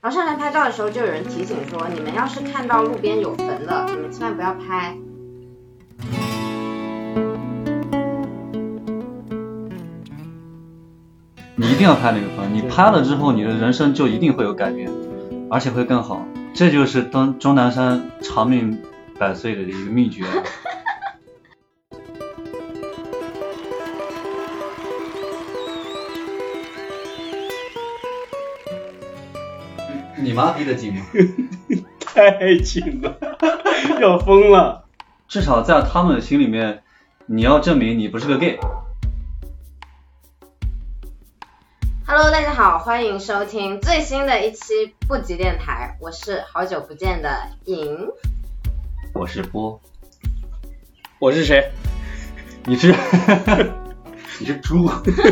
然后上山拍照的时候就有人提醒说，你们要是看到路边有坟的，你们千万不要拍。 你一定要拍那个坟，你拍了之后你的人生就一定会有改变，而且会更好，这就是钟南山长命百岁的一个秘诀。你妈逼得紧吗？ 太紧了，要疯了。 至少在他们心里面，你要证明你不是个 gay。 Hello， 大家好，欢迎收听最新的一期不急电台，我是好久不见的颖， 我是波， 我是谁？ 你是你是猪。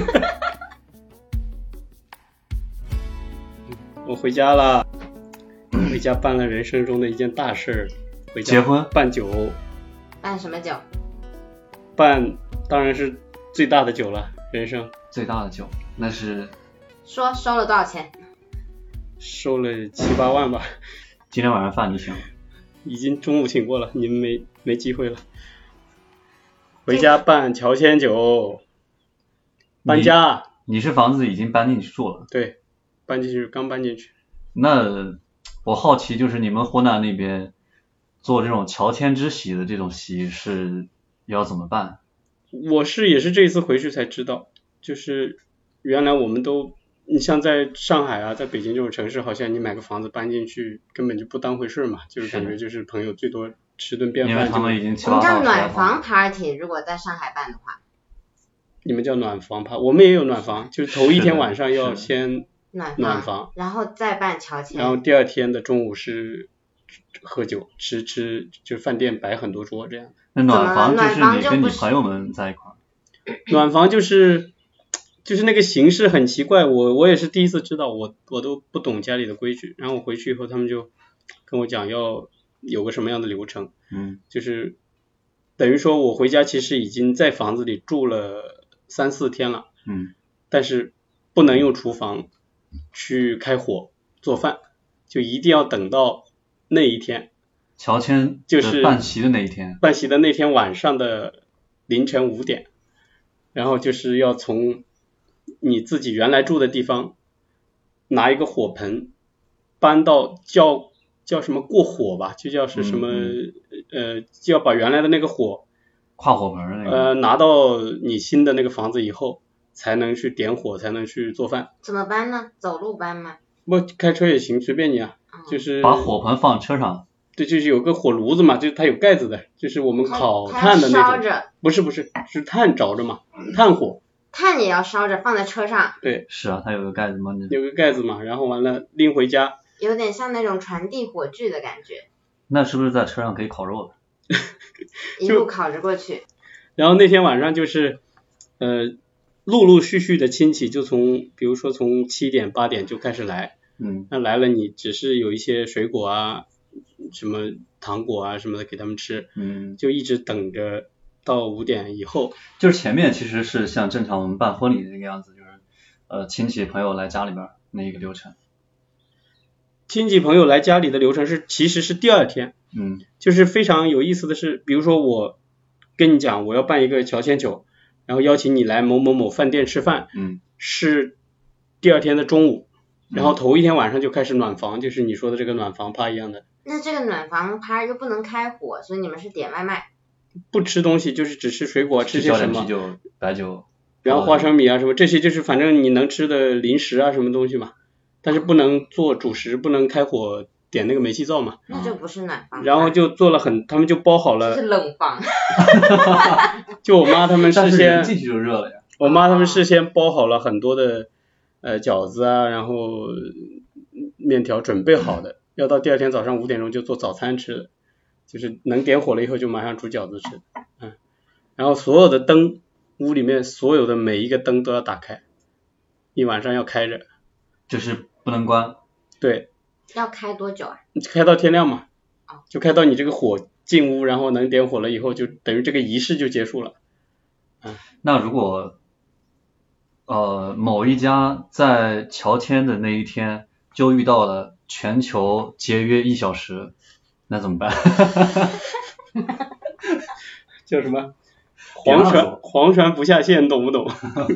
我回家了，回家办了人生中的一件大事，回家结婚办酒。 办什么酒？ 办当然是最大的酒了，人生最大的酒，那是说收了多少钱？ 收了7、8万吧。 今天晚上饭你请？ 已经中午请过了，你们没机会了。回家办乔迁酒，搬家。 你是房子已经搬进去住了？ 对，搬进去，刚搬进去。 那我好奇，就是你们湖南那边做这种乔迁之喜的这种喜是要怎么办？ 我也是这一次回去才知道，就是原来我们都，你像在上海啊，在北京这种城市，好像你买个房子搬进去根本就不当回事嘛，就是感觉就是朋友最多吃顿便饭。 因为他们已经我们叫暖房 party， 如果在上海办的话。 你们叫暖房趴，我们也有暖房，就是头一天晚上要先暖房， 然后再办乔迁， 然后第二天的中午是喝酒吃，就是饭店摆很多桌这样。 那暖房就是你跟你朋友们在一块儿。 暖房就是那个形式很奇怪，我也是第一次知道，我都不懂家里的规矩，然后我回去以后他们就跟我讲要有个什么样的流程，就是等于说我回家其实已经在房子里住了3、4天了，但是不能用厨房去开火做饭，就一定要等到那一天， 乔迁就是办席的那一天， 办席的那天晚上的凌晨5点，然后就是要从你自己原来住的地方拿一个火盆搬到叫什么过火吧，就叫是什么就要把原来的那个火跨火盆那个拿到你新的那个房子以后才能去点火，才能去做饭。 怎么搬呢？走路搬吗？ 不，开车也行，随便你啊，就是把火盆放车上。 对，就是有个火炉子嘛，就是它有盖子的，就是我们烤炭的那种。不是，是炭着着嘛，炭火。 炭也要烧着，放在车上。 对， 是啊，它有个盖子嘛。 有个盖子嘛，然后完了拎回家。 有点像那种传递火炬的感觉。 那是不是在车上可以烤肉的？ 一路烤着过去。 然后那天晚上就是陆陆续续的亲戚就比如说从7点8点就开始来，那来了你只是有一些水果啊什么糖果啊什么的给他们吃，就一直等着到5点以后。 就是前面其实是像正常我们办婚礼的那个样子，就是亲戚朋友来家里边那一个流程。 亲戚朋友来家里的流程其实是第二天，就是非常有意思的是，比如说我跟你讲我要办一个乔迁酒，然后邀请你来某某某饭店吃饭，是第二天的中午，然后头一天晚上就开始暖房，就是你说的这个暖房趴一样的。 那这个暖房趴又不能开火，所以你们是点外卖？ 不吃东西，就是只吃水果，吃些什么？ 啤酒、白酒， 然后花生米啊什么，这些就是反正你能吃的零食啊什么东西嘛，但是不能做主食，不能开火点那个煤气灶嘛。 那就不是暖房。 然后就做了他们就包好了。 这是冷房。 就我妈他们事先进去就热了呀。 我妈他们事先包好了很多的饺子啊，然后面条准备好的，要到第二天早上5点钟就做早餐吃的，就是能点火了以后就马上煮饺子吃。然后所有的灯，屋里面所有的每一个灯都要打开，一晚上要开着， 就是不能关。 对。 要开多久啊？ 开到天亮嘛，就开到你这个火进屋，然后能点火了以后，就等于这个仪式就结束了。 那如果某一家在乔迁的那一天就遇到了全球节约1小时，那怎么办？ 叫什么？黄船不下线，懂不懂？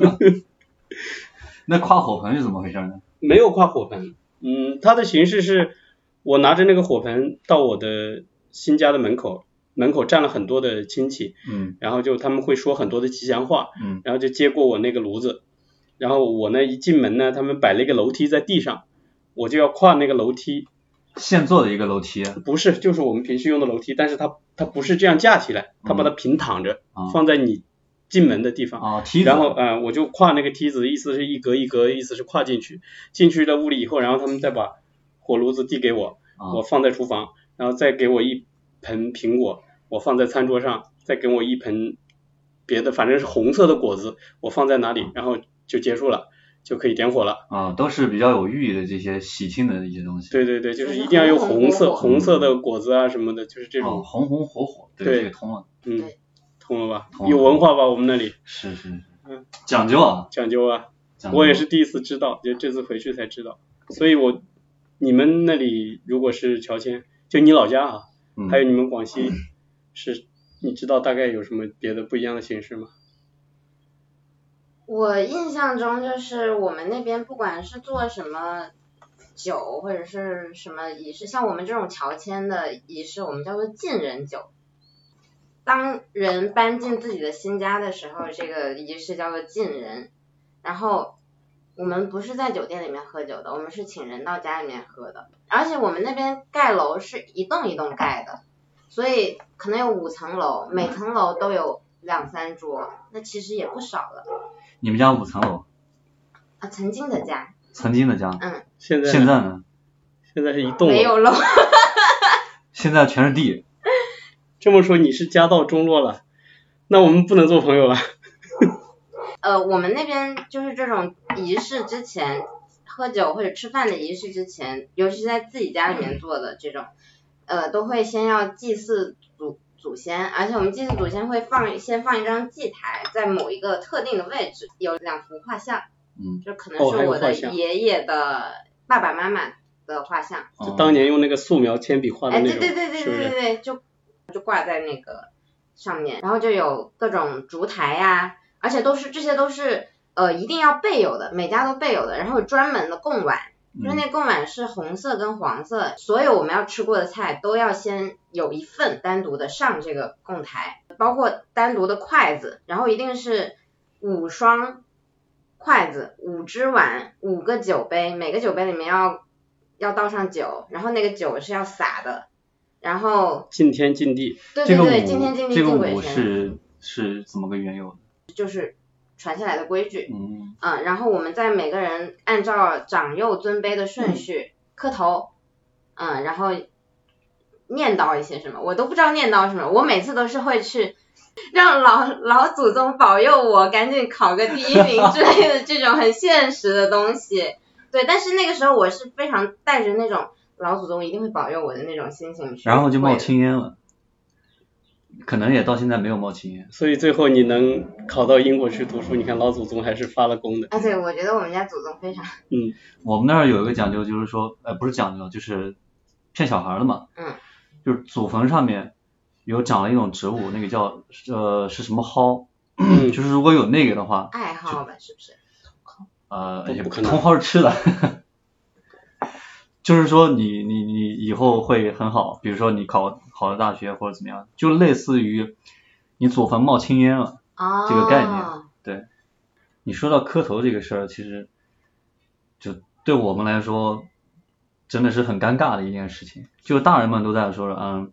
那跨火盆是怎么回事呢？ 没有跨火盆，它的形式是我拿着那个火盆到我的新家的门口站了很多的亲戚，然后就他们会说很多的吉祥话，然后就接过我那个炉子，然后我呢一进门呢，他们摆了一个楼梯在地上，我就要跨那个楼梯。 现做的一个楼梯？ 不是，就是我们平时用的楼梯，但是它不是这样架起来，它把它平躺着，放在你进门的地方， 梯子， 然后我就跨那个梯子，意思是一格一格，意思是跨进去了屋里以后，然后他们再把火炉子递给我，我放在厨房，然后再给我一盆苹果，我放在餐桌上，再给我一盆别的，反正是红色的果子，我放在哪里，然后就结束了，就可以点火了。 都是比较有寓意的这些喜庆的一些东西。 对对对，就是一定要有红色的果子啊什么的，就是这种。 红红火火，对，这个通了。 通了吧？有文化吧？我们那里。 是。讲究啊。 讲究啊！我也是第一次知道，就这次回去才知道。所以你们那里如果是乔迁，就你老家啊，还有你们广西，你知道大概有什么别的不一样的形式吗？ 我印象中就是我们那边不管是做什么酒或者是什么仪式，像我们这种乔迁的仪式，我们叫做进人酒。当人搬进自己的新家的时候，这个仪式叫做进人。然后我们不是在酒店里面喝酒的，我们是请人到家里面喝的。而且我们那边盖楼是一栋一栋盖的，所以可能有5层楼，每层楼都有2、3桌，那其实也不少了。 你们家5层楼？ 曾经的家。 曾经的家。 现在呢？ 现在是一栋。 没有楼。 现在全是地。 这么说你是家道中落了，那我们不能做朋友了。 我们那边就是这种仪式之前，喝酒或者吃饭的仪式之前，尤其是在自己家里面做的这种，都会先要祭祀祖先，而且我们祭祀祖先会先放一张祭台，在某一个特定的位置，有2幅画像，就可能是我的爷爷的爸爸妈妈的画像， 就当年用那个素描铅笔画的那种， 对，就挂在那个上面，然后就有各种烛台呀，而且这些都是一定要备有的，每家都备有的，然后有专门的供碗，就是那供碗是红色跟黄色，所有我们要吃过的菜都要先有一份单独的上这个供台，包括单独的筷子，然后一定是5双筷子、5只碗、5个酒杯，每个酒杯里面要倒上酒，然后那个酒是要洒的，然后敬天敬地。 对，敬天敬地敬鬼神。 这个舞是怎么个缘由？ 就是传下来的规矩。然后我们在每个人按照长幼尊卑的顺序磕头，然后念叨一些什么，我都不知道念叨什么，我每次都是会去让老祖宗保佑我赶紧考个第1名之类的这种很现实的东西。对，但是那个时候我是非常带着那种老祖宗一定会保佑我的那种心情去， 然后就冒青烟了，可能也到现在没有冒青烟。 所以最后你能考到英国去读书，你看老祖宗还是发了功的。 对，我觉得我们家祖宗非常。 我们那儿有一个讲究，就是说不是讲究，就是骗小孩的嘛。就是祖坟上面有长了一种植物，那个叫是什么蒿，就是如果有那个的话。 艾蒿吧，是不是？ 茼蒿是吃的。就是说你以后会很好，比如说你考了大学或者怎么样，就类似于你祖坟冒青烟了，这个概念。对，你说到磕头这个事儿，其实就对我们来说真的是很尴尬的一件事情，就大人们都在说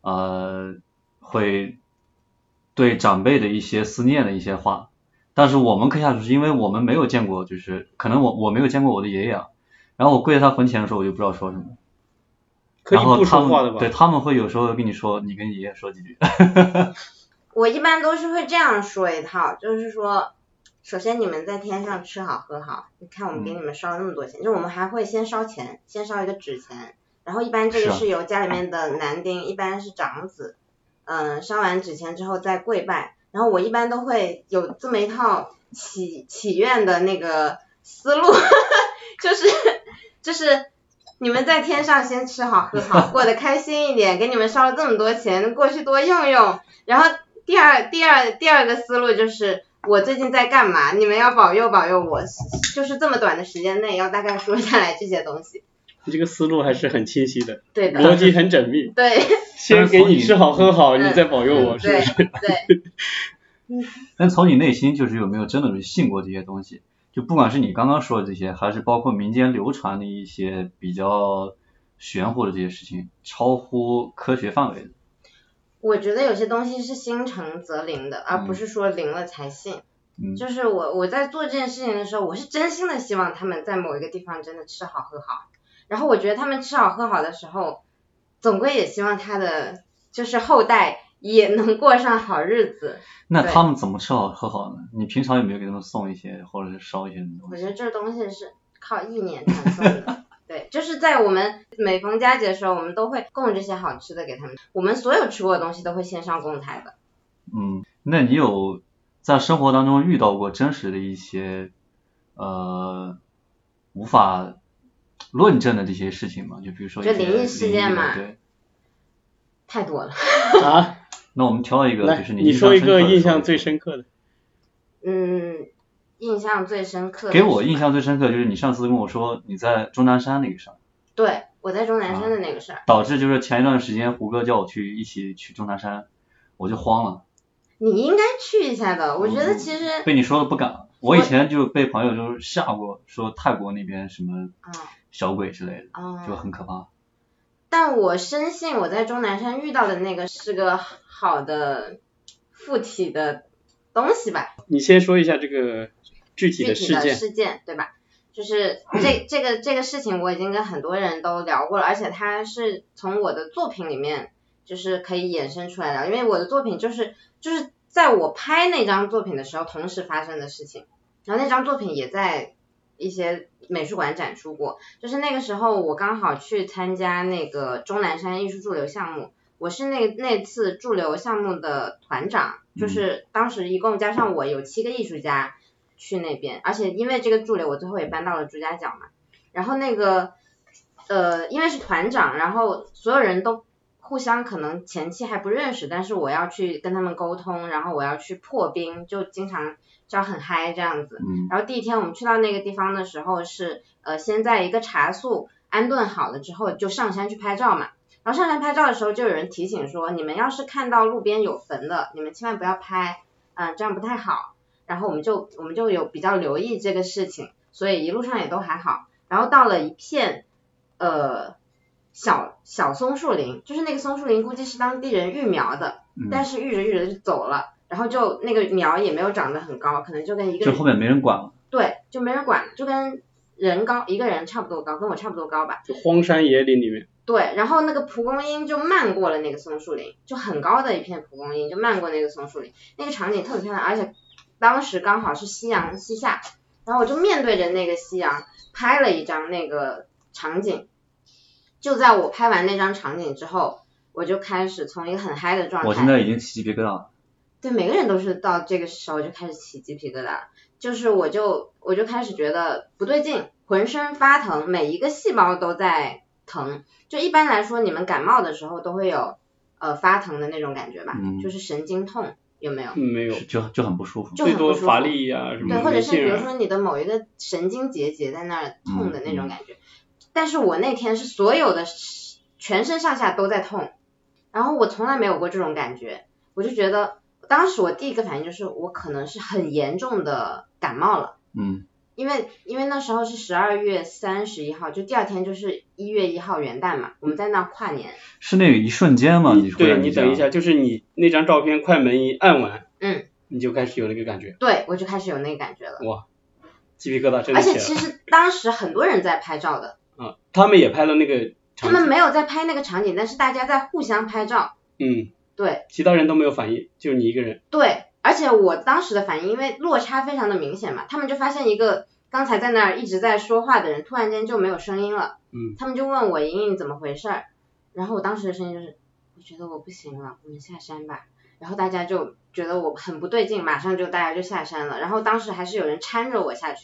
会对长辈的一些思念的一些话，但是我们磕下去是因为我们没有见过，就是可能我没有见过我的爷爷，然后我跪在他坟前的时候我就不知道说什么， 可以不说话的吧？ 对，他们会有时候跟你说，你跟爷爷说几句。 我一般都是会这样说一套，就是说首先你们在天上吃好喝好，你看我们给你们烧了那么多钱，就我们还会先烧钱，先烧一个纸钱，然后一般这个是由家里面的男丁，一般是长子，烧完纸钱之后再跪拜，然后我一般都会有这么一套祈愿的那个思路，就是就是你们在天上先吃好喝好，过得开心一点，给你们烧了这么多钱，过去多用用。然后第二个思路就是我最近在干嘛，你们要保佑保佑我，就是这么短的时间内要大概说下来这些东西。 这个思路还是很清晰的， 对的， 逻辑很缜密。 对， 先给你吃好喝好，你再保佑我，是不是？ 对。 但从你内心就是有没有真的信过这些东西？就不管是你刚刚说的这些，还是包括民间流传的一些比较玄乎的这些事情，超乎科学范围的。 我觉得有些东西是心诚则灵的，而不是说灵了才信。就是我在做这件事情的时候，我是真心的希望他们在某一个地方真的吃好喝好。然后我觉得他们吃好喝好的时候，总归也希望他的就是后代也能过上好日子。 那他们怎么吃好喝好呢？你平常有没有给他们送一些或者是烧一些东西？ 我觉得这东西是靠意念传送的。对，就是在我们每逢佳节的时候，我们都会供这些好吃的给他们。我们所有吃过的东西都会献上供台的。 那你有在生活当中遇到过真实的一些无法论证的这些事情吗？就比如说就灵异事件嘛， 对， 太多了。 啊？ 那我们挑一个，就是你说一个印象最深刻的。 印象最深刻的。 给我印象最深刻就是你上次跟我说你在终南山那个事儿。 对，我在终南山的那个事儿。 导致就是前一段时间胡歌叫我一起去终南山，我就慌了。 你应该去一下的，我觉得其实。 被你说的不敢。我以前就被朋友就是吓过，说泰国那边什么小鬼之类的，就很可怕。 但我深信我在终南山遇到的那个是个好的附体的东西吧。 你先说一下这个具体的事件对吧？就是这个事情我已经跟很多人都聊过了，而且它是从我的作品里面就是可以衍生出来的，因为我的作品就是在我拍那张作品的时候同时发生的事情，然后那张作品也在一些美术馆展出过。就是那个时候我刚好去参加那个终南山艺术驻留项目，我是那次驻留项目的团长，就是当时一共加上我有7个艺术家去那边，而且因为这个驻留我最后也搬到了朱家角嘛。然后那个因为是团长，然后所有人都互相可能前期还不认识，但是我要去跟他们沟通，然后我要去破冰，就经常就要很嗨这样子。然后第一天我们去到那个地方的时候是先在一个茶宿安顿好了之后就上山去拍照嘛。然后上山拍照的时候就有人提醒说，你们要是看到路边有坟的，你们千万不要拍，这样不太好。然后我们就有比较留意这个事情，所以一路上也都还好。然后到了一片小松树林，就是那个松树林估计是当地人育苗的，但是育着就走了，然后就那个苗也没有长得很高，可能就跟一个人， 就后面没人管了。 对，就没人管，就跟人高，一个人差不多高，跟我差不多高吧。 就荒山野岭里面。 对，然后那个蒲公英就漫过了那个松树林，就很高的一片蒲公英就漫过那个松树林，那个场景特别漂亮，而且当时刚好是夕阳西下，然后我就面对着那个夕阳拍了一张那个场景。就在我拍完那张场景之后，我就开始从一个很嗨的状态， 我现在已经起鸡皮疙瘩了。 对，每个人都是到这个时候就开始起鸡皮疙瘩了，就是我就开始觉得不对劲，浑身发疼，每一个细胞都在疼。就一般来说你们感冒的时候都会有发疼的那种感觉吧，就是神经痛，有没有？ 没有， 就很不舒服， 最多乏力啊什么。 对，或者是比如说你的某一个神经结在那儿痛的那种感觉。但是我那天是所有的全身上下都在痛，然后我从来没有过这种感觉，我就觉得当时我第一个反应就是我可能是很严重的感冒了。因为那时候是12月31号，就第二天就是1月1号元旦嘛，我们在那跨年。 是那个一瞬间吗？ 对，你等一下，就是你那张照片快门一按完，你就开始有那个感觉。 对，我就开始有那个感觉了。 哇，鸡皮疙瘩真的起来了。 而且其实当时很多人在拍照的。 他们也拍了那个场景。 他们没有在拍那个场景，但是大家在互相拍照。对。 其他人都没有反应，就你一个人。 对，而且我当时的反应因为落差非常的明显嘛，他们就发现一个刚才在那儿一直在说话的人突然间就没有声音了。他们就问我莹莹怎么回事儿，然后我当时的声音就是我觉得我不行了，我们下山吧。然后大家就觉得我很不对劲，马上就大家就下山了，然后当时还是有人搀着我下去的。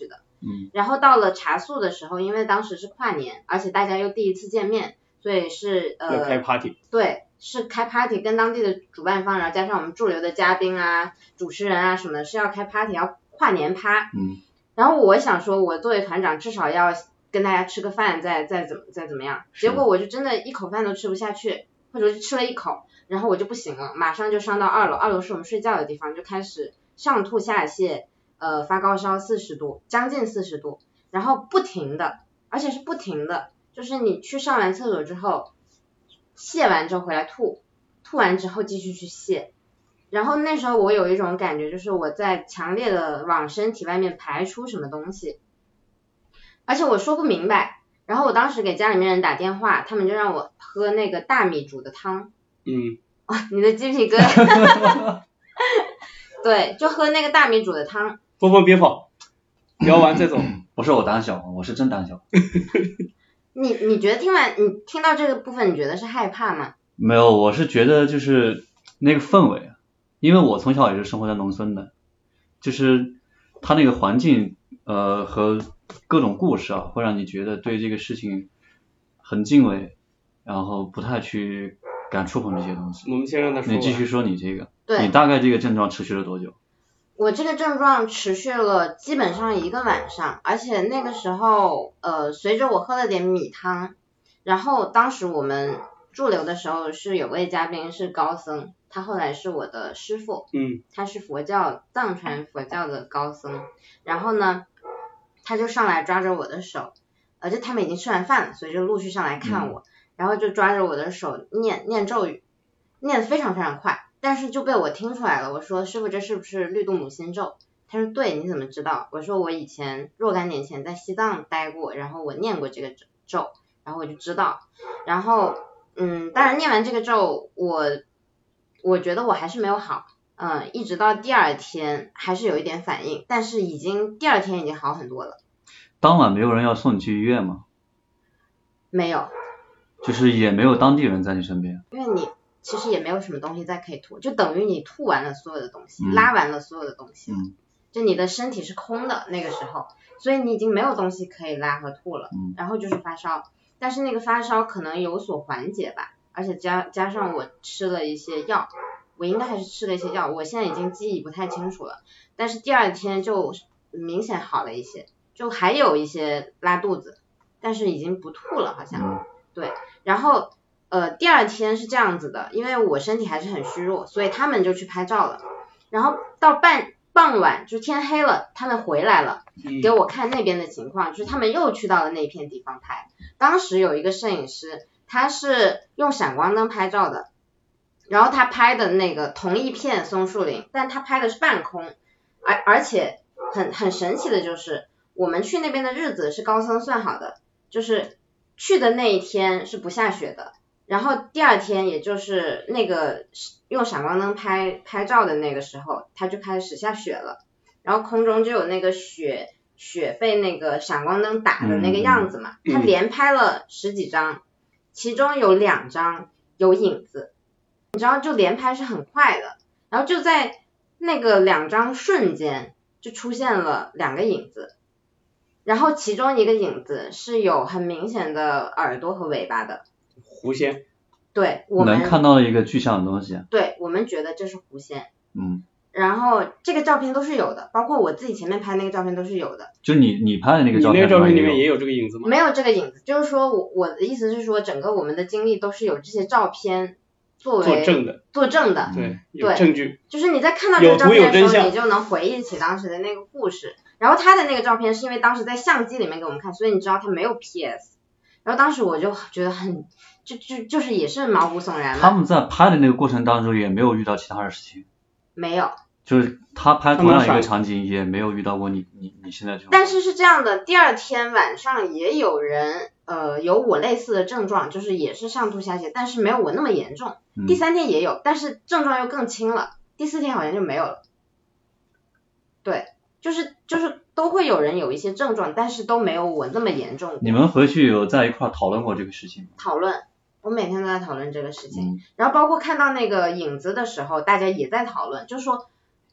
然后到了茶宿的时候，因为当时是跨年，而且大家又第一次见面，所以是要开 party。 对，是开 party， 跟当地的主办方，然后加上我们驻留的嘉宾啊、主持人啊什么的，是要开 party， 要跨年趴。然后我想说，我作为团长至少要跟大家吃个饭，再怎么样。结果我就真的一口饭都吃不下去，或者是吃了一口，然后我就不行了，马上就上到2楼，2楼是我们睡觉的地方，就开始上吐下泻，发高烧40度，将近40度，然后不停的，而且是不停的，就是你去上完厕所之后，泻完之后回来吐完之后继续去泻。然后那时候我有一种感觉，就是我在强烈的往身体外面排出什么东西，而且我说不明白。然后我当时给家里面人打电话，他们就让我喝那个大米煮的汤。你的鸡皮疙瘩。对，就喝那个大米煮的汤。 峰峰别跑，聊完再走。 不是我胆小，我是真胆小。 你觉得你听到这个部分，你觉得是害怕吗？ 没有，我是觉得就是那个氛围，因为我从小也是生活在农村的，就是他那个环境和各种故事啊，会让你觉得对这个事情很敬畏，然后不太去敢触碰这些东西。 我们先让他说。 你继续说你这个。 对。 你大概这个症状持续了多久？ 我这个症状持续了基本上1个晚上，而且那个时候随着我喝了点米汤，然后当时我们驻留的时候是有位嘉宾是高僧，他后来是我的师父，他是藏传佛教的高僧，然后呢他就上来抓着我的手，就他们已经吃完饭了，所以就陆续上来看我，然后就抓着我的手念咒语，念得非常非常快，但是就被我听出来了。我说师父，这是不是绿度母心咒？他说对，你怎么知道？我说我以前若干年前在西藏待过，然后我念过这个咒，然后我就知道。然后当然念完这个咒，我觉得我还是没有好，一直到第2天还是有一点反应，但是第2天已经好很多了。 当晚没有人要送你去医院吗？没有。 就是也没有当地人在你身边？ 因为你其实也没有什么东西再可以吐，就等于你吐完了所有的东西，拉完了所有的东西了，就你的身体是空的那个时候，所以你已经没有东西可以拉和吐了，然后就是发烧，但是那个发烧可能有所缓解吧，而且加上我吃了一些药，我应该还是吃了一些药，我现在已经记忆不太清楚了，但是第2天就明显好了一些，就还有一些拉肚子，但是已经不吐了好像，对，然后第2天是这样子的，因为我身体还是很虚弱，所以他们就去拍照了，然后到傍晚就天黑了，他们回来了，给我看那边的情况，就是他们又去到了那片地方拍，当时有一个摄影师，他是用闪光灯拍照的，然后他拍的那个同一片松树林，但他拍的是半空，而且很神奇的就是我们去那边的日子是高僧算好的，就是去的那一天是不下雪的，然后第2天也就是那个用闪光灯拍照的那个时候，它就开始下雪了，然后空中就有那个雪被那个闪光灯打的那个样子嘛，他连拍了10几张，其中有2张有影子，你知道就连拍是很快的，然后就在那个2张瞬间就出现了2个影子，然后其中一个影子是有很明显的耳朵和尾巴的狐仙， 对，我们能看到一个具象的东西， 对，我们觉得这是狐仙，然后这个照片都是有的，包括我自己前面拍那个照片都是有的。 就你拍的那个照片， 你那个照片里面也有这个影子吗？ 没有这个影子，就是说我的意思是说，整个我们的经历都是有这些照片作证的， 对，有证据。 就是你在看到这个照片的时候，你就能回忆起当时的那个故事。然后他的那个照片是因为当时在相机里面给我们看，所以你知道他没有 PS。然后当时我就觉得就是也是毛骨悚然嘛。 他们在拍的那个过程当中也没有遇到其他的事情。 没有。 就是他拍同样一个场景也没有遇到过你现在这种。 但是是这样的，第2天晚上也有人有我类似的症状，就是也是上吐下泻，但是没有我那么严重。第3天也有，但是症状又更轻了。第4天好像就没有了。对，就是都会有人有一些症状，但是都没有我那么严重。 你们回去有在一块讨论过这个事情吗？ 讨论，我每天都在讨论这个事情。然后包括看到那个影子的时候，大家也在讨论，就说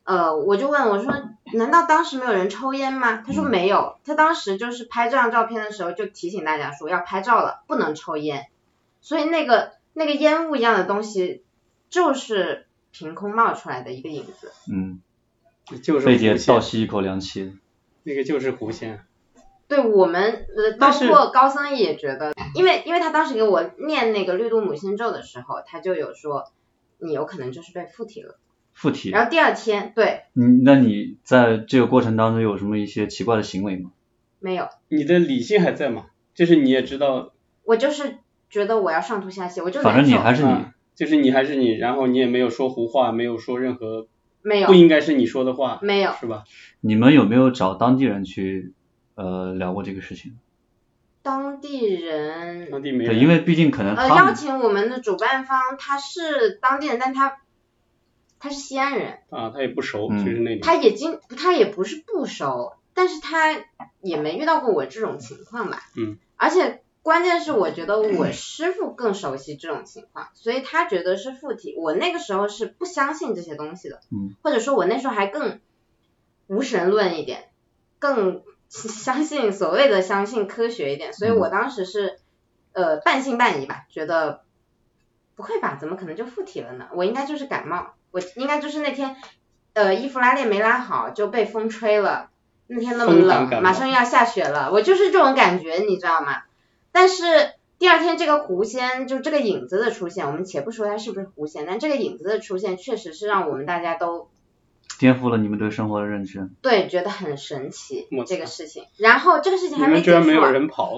我就问我说难道当时没有人抽烟吗？他说没有，他当时就是拍这张照片的时候就提醒大家说要拍照了，不能抽烟，所以那个烟雾一样的东西就是凭空冒出来的一个影子。 就是贝姐倒吸一口凉气， 那个就是狐仙。 对，我们包括高僧也觉得，因为他当时给我念那个绿度母心咒的时候，他就有说你有可能就是被附体了。 附体。 然后第二天，对。 那你在这个过程当中有什么一些奇怪的行为吗？ 没有。 你的理性还在吗？就是你也知道。 我就是觉得我要上吐下泻，我就反正你还是你。 就是你还是你，然后你也没有说胡话，没有说任何没有不应该是你说的话， 没有， 是吧？ 你们有没有找当地人去聊过这个事情？ 当地没人。 对，因为毕竟可能邀请我们的主办方他是当地人，但他是西安人啊，他也不熟，就是那种。 他也不是不熟，但是他也没遇到过我这种情况吧。而且关键是我觉得我师傅更熟悉这种情况，所以他觉得是附体。我那个时候是不相信这些东西的，或者说我那时候还更无神论一点，更相信所谓的相信科学一点，所以我当时是半信半疑吧，觉得不会吧，怎么可能就附体了呢？我应该就是感冒，我应该就是那天衣服拉链没拉好就被风吹了，那天那么冷，马上要下雪了，我就是这种感觉，你知道吗？但是第二天这个狐仙，就这个影子的出现，我们且不说它是不是狐仙，但这个影子的出现确实是让我们大家都颠覆了你们对生活的认知。 对，觉得很神奇这个事情。然后这个事情还没结束。 你们居然没有人跑。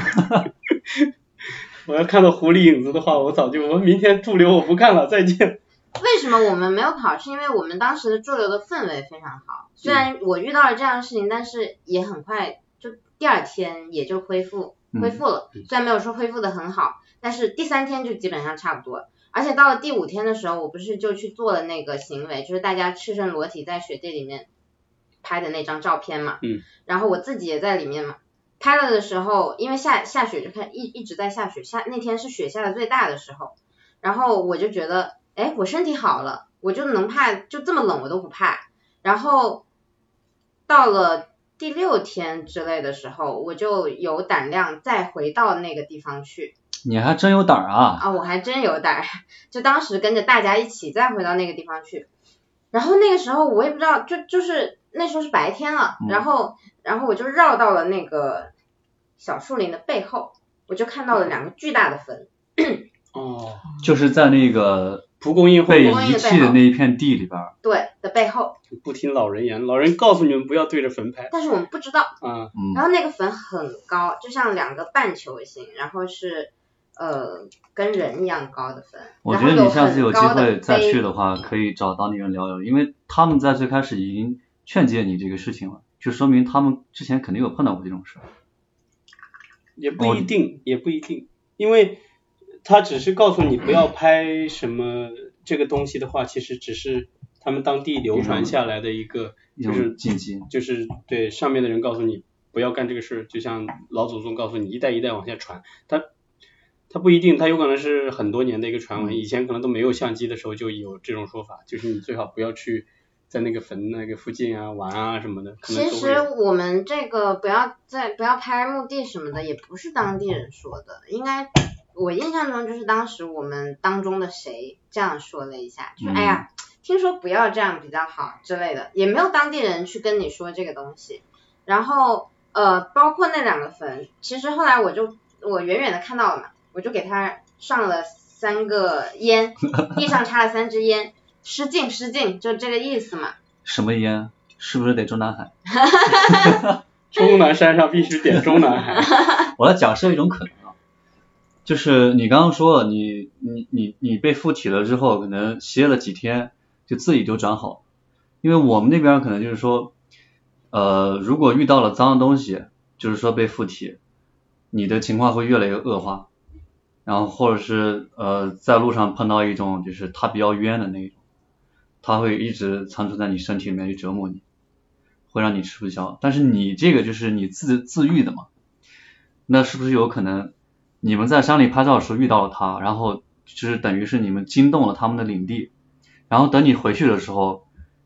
我要看到狐狸影子的话，我明天驻留我不看了，再见。 为什么我们没有跑？是因为我们当时的驻留的氛围非常好。虽然我遇到了这样的事情，但是也很快就第二天也就恢复了。虽然没有说恢复的很好，但是第3天就基本上差不多。而且到了第5天的时候，我不是就去做了那个行为，就是大家赤身裸体在雪地里面拍的那张照片嘛。然后我自己也在里面嘛。拍了的时候，因为下雪就一直在下雪，那天是雪下的最大的时候。然后我就觉得，哎，我身体好了，我就能怕，就这么冷我都不怕。然后到了第6天之类的时候，我就有胆量再回到那个地方去。 你还真有胆啊！ 我还真有胆，就当时跟着大家一起再回到那个地方去。然后那个时候我也不知道，就是那时候是白天了，然后我就绕到了那个小树林的背后，我就看到了2个巨大的坟。 就是在那个蒲公英被遗弃的那一片地里边。 对的背后。 不听老人言，老人告诉你们不要对着坟拍。 但是我们不知道。然后那个坟很高，就像2个半球形，然后是跟人一样高的坟。 我觉得你下次有机会再去的话，可以找当地人聊聊，因为他们在最开始已经劝诫你这个事情了，就说明他们之前肯定有碰到过这种事。 也不一定，因为他只是告诉你不要拍什么这个东西的话，其实只是他们当地流传下来的一个就是禁忌， 就是对上面的人告诉你不要干这个事，就像老祖宗告诉你一代一代往下传，它不一定，它有可能是很多年的一个传闻，以前可能都没有相机的时候就有这种说法，就是你最好不要去在那个坟那个附近啊玩啊什么的。 其实我们这个不要拍墓地什么的，也不是当地人说的，应该我印象中就是当时我们当中的谁这样说了一下，就是哎呀，听说不要这样比较好之类的，也没有当地人去跟你说这个东西。然后包括那2个坟，其实后来我远远的看到了嘛，我就给他上了3个烟，地上插了3支烟，失敬，就这个意思嘛。 什么烟？是不是得中南海？ 终南山上必须点中南海。 我来假设一种可能啊，就是你刚刚说了，你被附体了之后，可能歇了几天，就自己就转好。因为我们那边可能就是说，如果遇到了脏的东西，就是说被附体，你的情况会越来越恶化。然后或者是在路上碰到一种就是它比较冤的那种，它会一直藏存在你身体里面去折磨你，会让你吃不消。但是你这个就是你自愈的嘛，那是不是有可能你们在山里拍照的时候遇到了它，然后就是等于是你们惊动了他们的领地，然后等你回去的时候，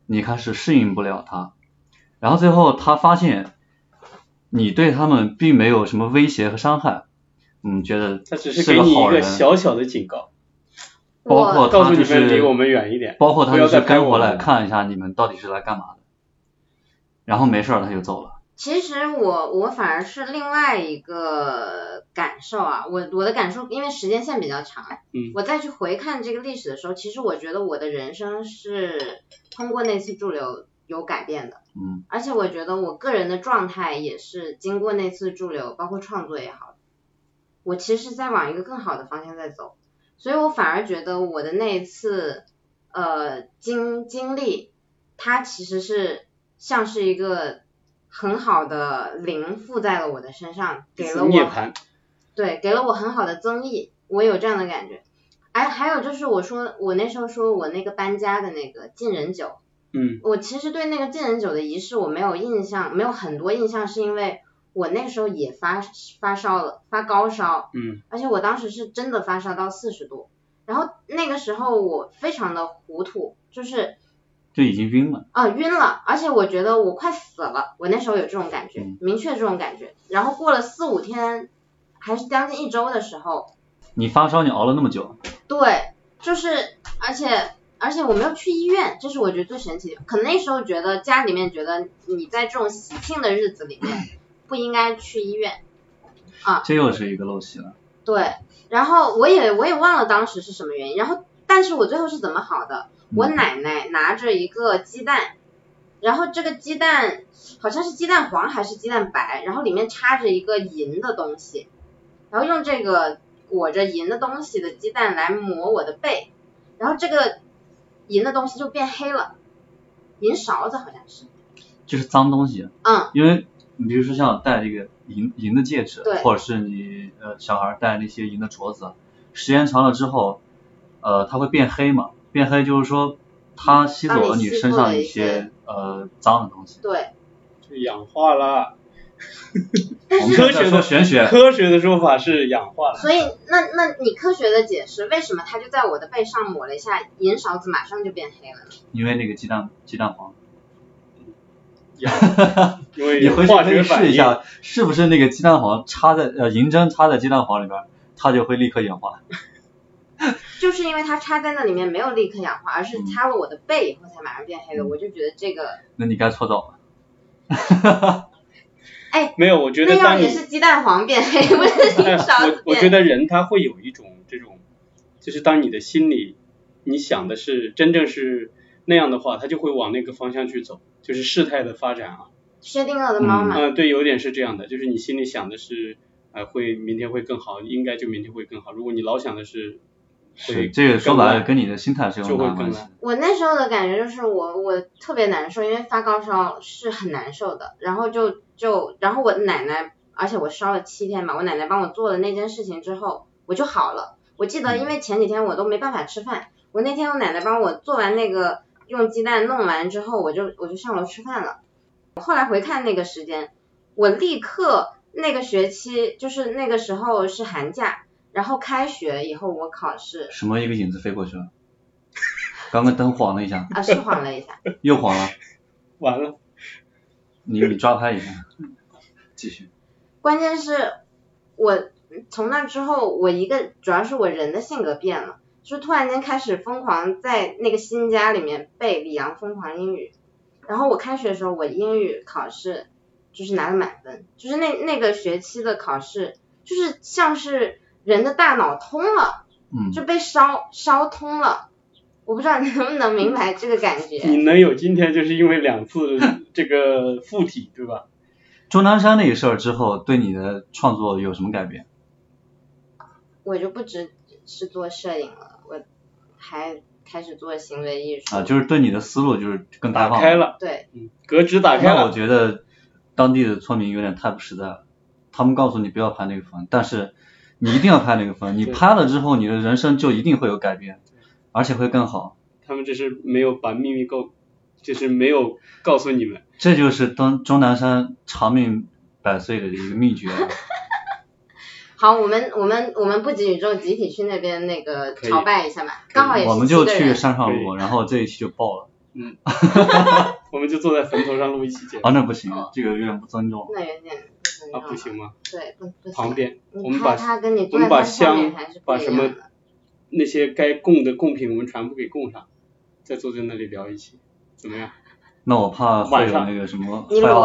你开始适应不了他，然后最后他发现你对他们并没有什么威胁和伤害，觉得他只是给你一个小小的警告， 包括他就是离我们远一点， 包括他就是跟回来看一下你们到底是来干嘛的，然后没事他就走了。 其实我反而是另外一个感受啊，我的感受因为时间线比较长，我再去回看这个历史的时候，其实我觉得我的人生是通过那次驻留有改变的，而且我觉得我个人的状态也是经过那次驻留，包括创作也好，我其实是在往一个更好的方向在走，所以我反而觉得我的那一次经历，它其实是像是一个很好的灵附在了我的身上，给了我很好的增益，我有这样的感觉。还有就是我那时候说我那个搬家的那个敬人酒，我其实对那个敬人酒的仪式我没有印象，没有很多印象，是因为我那个时候也发烧了，发高烧，而且我当时是真的发烧到40度，然后那个时候我非常的糊涂， 就已经晕了晕了，而且我觉得我快死了，我那时候有这种感觉，明确这种感觉，然后过了4-5天还是将近1周的时候， 你发烧你熬了那么久？ 对，就是而且我没有去医院，这是我觉得最神奇的，可能那时候觉得家里面觉得你在这种喜庆的日子里面不应该去医院这又是一个陋习了。 对，然后我也忘了当时是什么原因，然后但是我最后是怎么好的，我奶奶拿着一个鸡蛋，然后这个鸡蛋好像是鸡蛋黄还是鸡蛋白，然后里面插着一个银的东西，然后用这个裹着银的东西的鸡蛋来磨我的背，然后这个银的东西就变黑了，银勺子好像是， 就是脏东西，因为你比如说像戴这个银的戒指，或者是你小孩戴那些银的镯子，时间长了之后它会变黑嘛，变黑就是说它吸走了你身上一些脏的东西， 对， 就氧化了。 我们科学说玄学， 科学的说法是氧化了。 所以那你科学的解释，为什么它就在我的背上抹了一下银勺子，马上就变黑了呢？ 因为那个鸡蛋黄。 因为你回去可以试一下，是不是那个鸡蛋黄插在银针插在鸡蛋黄里边，它就会立刻氧化。 就是因为它插在那里面没有立刻氧化，而是插了我的背以后才马上变黑的，我就觉得这个。 那你该搓澡了。 没有，我觉得那样也是鸡蛋黄变黑，不是银勺子变。 我觉得人他会有一种这种，就是当你的心里你想的是真正是那样的话，他就会往那个方向去走，就是事态的发展啊。 薛定谔的猫嘛。 对，有点是这样的，就是你心里想的是明天会更好，应该就明天会更好。如果你老想的是这个说白了跟你的心态是有很大关系。 我那时候的感觉就是我特别难受，因为发高烧是很难受的，然后然后我奶奶，而且我烧了7天嘛，我奶奶帮我做了那件事情之后我就好了。我记得因为前几天我都没办法吃饭，我那天我奶奶帮我做完那个用鸡蛋弄完之后，我就上楼吃饭了。后来回看那个时间，我立刻那个学期就是那个时候是寒假，然后开学以后我考试。 什么一个影子飞过去了？刚刚灯晃了一下。 是晃了一下。 又晃了。 完了。 你抓拍一下。继续。 关键是我从那之后，主要是我人的性格变了，就突然间开始疯狂在那个新家里面背李阳疯狂英语，然后我开学的时候我英语考试就是拿了满分，就是那个学期的考试就是像是人的大脑通了，就被烧通了，我不知道你能不能明白这个感觉。 你能有今天就是因为2次这个附体，对吧？ 钟南山那个事儿之后对你的创作有什么改变？ 我就不只是做摄影了，我还开始做行为艺术。 就是对你的思路就是更开放了。打开了。 对。 格局打开了。 那我觉得当地的村民有点太不实在了，他们告诉你不要拍那个坟，但是你一定要拍那个坟，你拍了之后你的人生就一定会有改变，而且会更好。 他们只是没有把秘密就是没有告诉你们。 这就是钟南山长命100岁的一个秘诀。 好，我们不及宇宙集体去那边那个朝拜一下嘛，刚好也是我们就去山上录，然后这一期就爆了。 我们就坐在坟头上录一期节目。 啊，那不行，这个有点不尊重。 那有点不尊重。 不行吗？ 对，不行。 旁边， 我们把香，把什么那些该供的贡品我们全部给供上，再坐在那里聊一期，怎么样？ 那我怕会有那个什么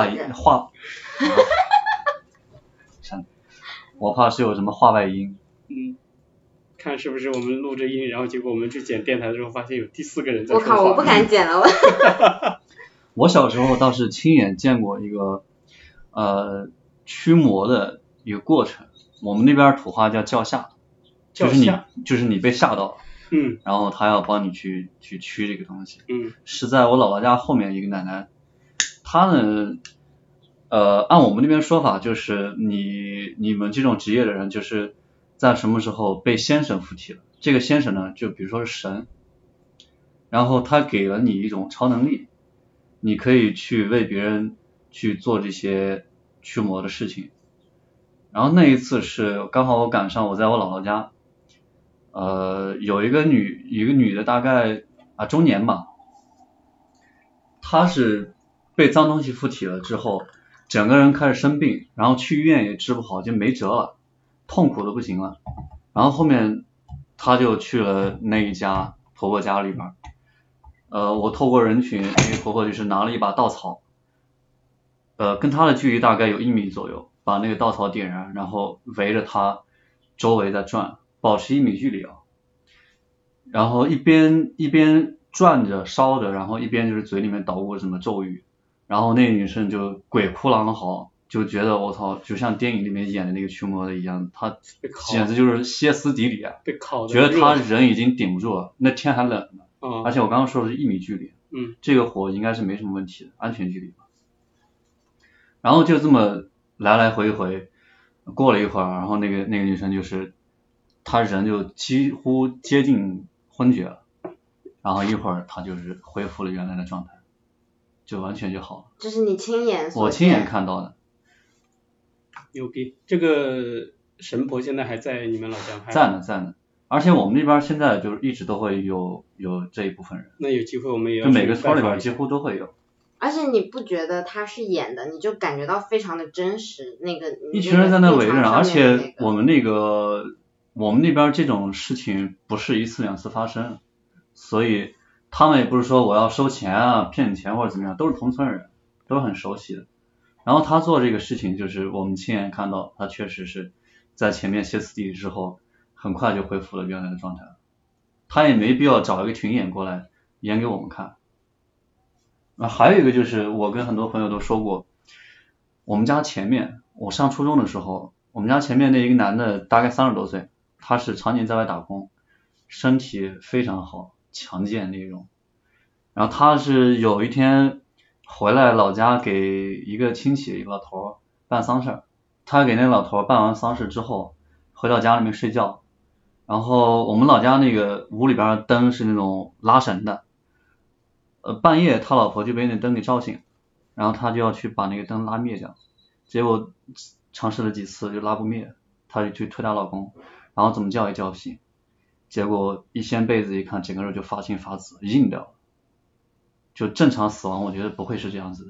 我怕是有什么话外音。 看是不是我们录着音，然后结果我们去剪电台的时候发现有第4个人在说话。 我靠，我不敢剪了我小时候倒是亲眼见过一个驱魔的一个过程，我们那边土话叫叫吓，就是你被吓到了，然后他要帮你去驱这个东西，是在我姥姥家后面一个奶奶，她呢按我们那边说法就是你们这种职业的人就是在什么时候被先生附体了，这个先生呢就比如说是神，然后他给了你一种超能力，你可以去为别人去做这些驱魔的事情。然后那一次是刚好我赶上我在我姥姥家，有一个女的大概中年吧，她是被脏东西附体了之后，整个人开始生病，然后去医院也治不好，就没辙了，痛苦的不行了。然后后面她就去了那一家婆婆家里边，我透过人群，那个婆婆就是拿了一把稻草，跟她的距离大概有1米左右，把那个稻草点燃，然后围着她周围在转，保持1米距离啊，然后一边转着烧着，然后一边就是嘴里面捣鼓什么咒语，然后那个女生就鬼哭狼嚎，就觉得我操，就像电影里面演的那个驱魔的一样，她简直就是歇斯底里啊，觉得她人已经顶不住了，那天还冷呢，而且我刚刚说的是1米距离，这个火应该是没什么问题的，安全距离吧。然后就这么来来回回，过了一会儿，然后那个女生就是她人就几乎接近昏厥了，然后一会儿她就是恢复了原来的状态，就完全就好了。 这是你亲眼所见？ 我亲眼看到的。 牛逼！这个神婆现在还在你们老家？ 在呢，而且我们那边现在就是一直都会有这一部分人。 那有机会我们也要就每个村里边几乎都会有。 而且你不觉得他是演的，你就感觉到非常的真实， 一群人在那围着，而且我们那边这种事情不是1次2次发生，所以他们也不是说我要收钱啊骗你钱或者怎么样，都是同村人，都是很熟悉的。然后他做这个事情就是我们亲眼看到，他确实是在前面歇斯底里之后很快就恢复了原来的状态，他也没必要找一个群演过来演给我们看。还有一个就是我跟很多朋友都说过，我们家前面我上初中的时候，我们家前面那一个男的大概30多岁，他是常年在外打工，身体非常好，强健那种。然后他是有一天回来老家给一个亲戚一个老头办丧事，他给那个老头办完丧事之后回到家里面睡觉，然后我们老家那个屋里边的灯是那种拉绳的，半夜他老婆就被那灯给照醒，然后他就要去把那个灯拉灭掉，结果尝试了几次就拉不灭，他就去推他老公，然后怎么叫也叫不醒，结果一掀被子一看，整个人就发青发紫，硬掉了。就正常死亡我觉得不会是这样子的，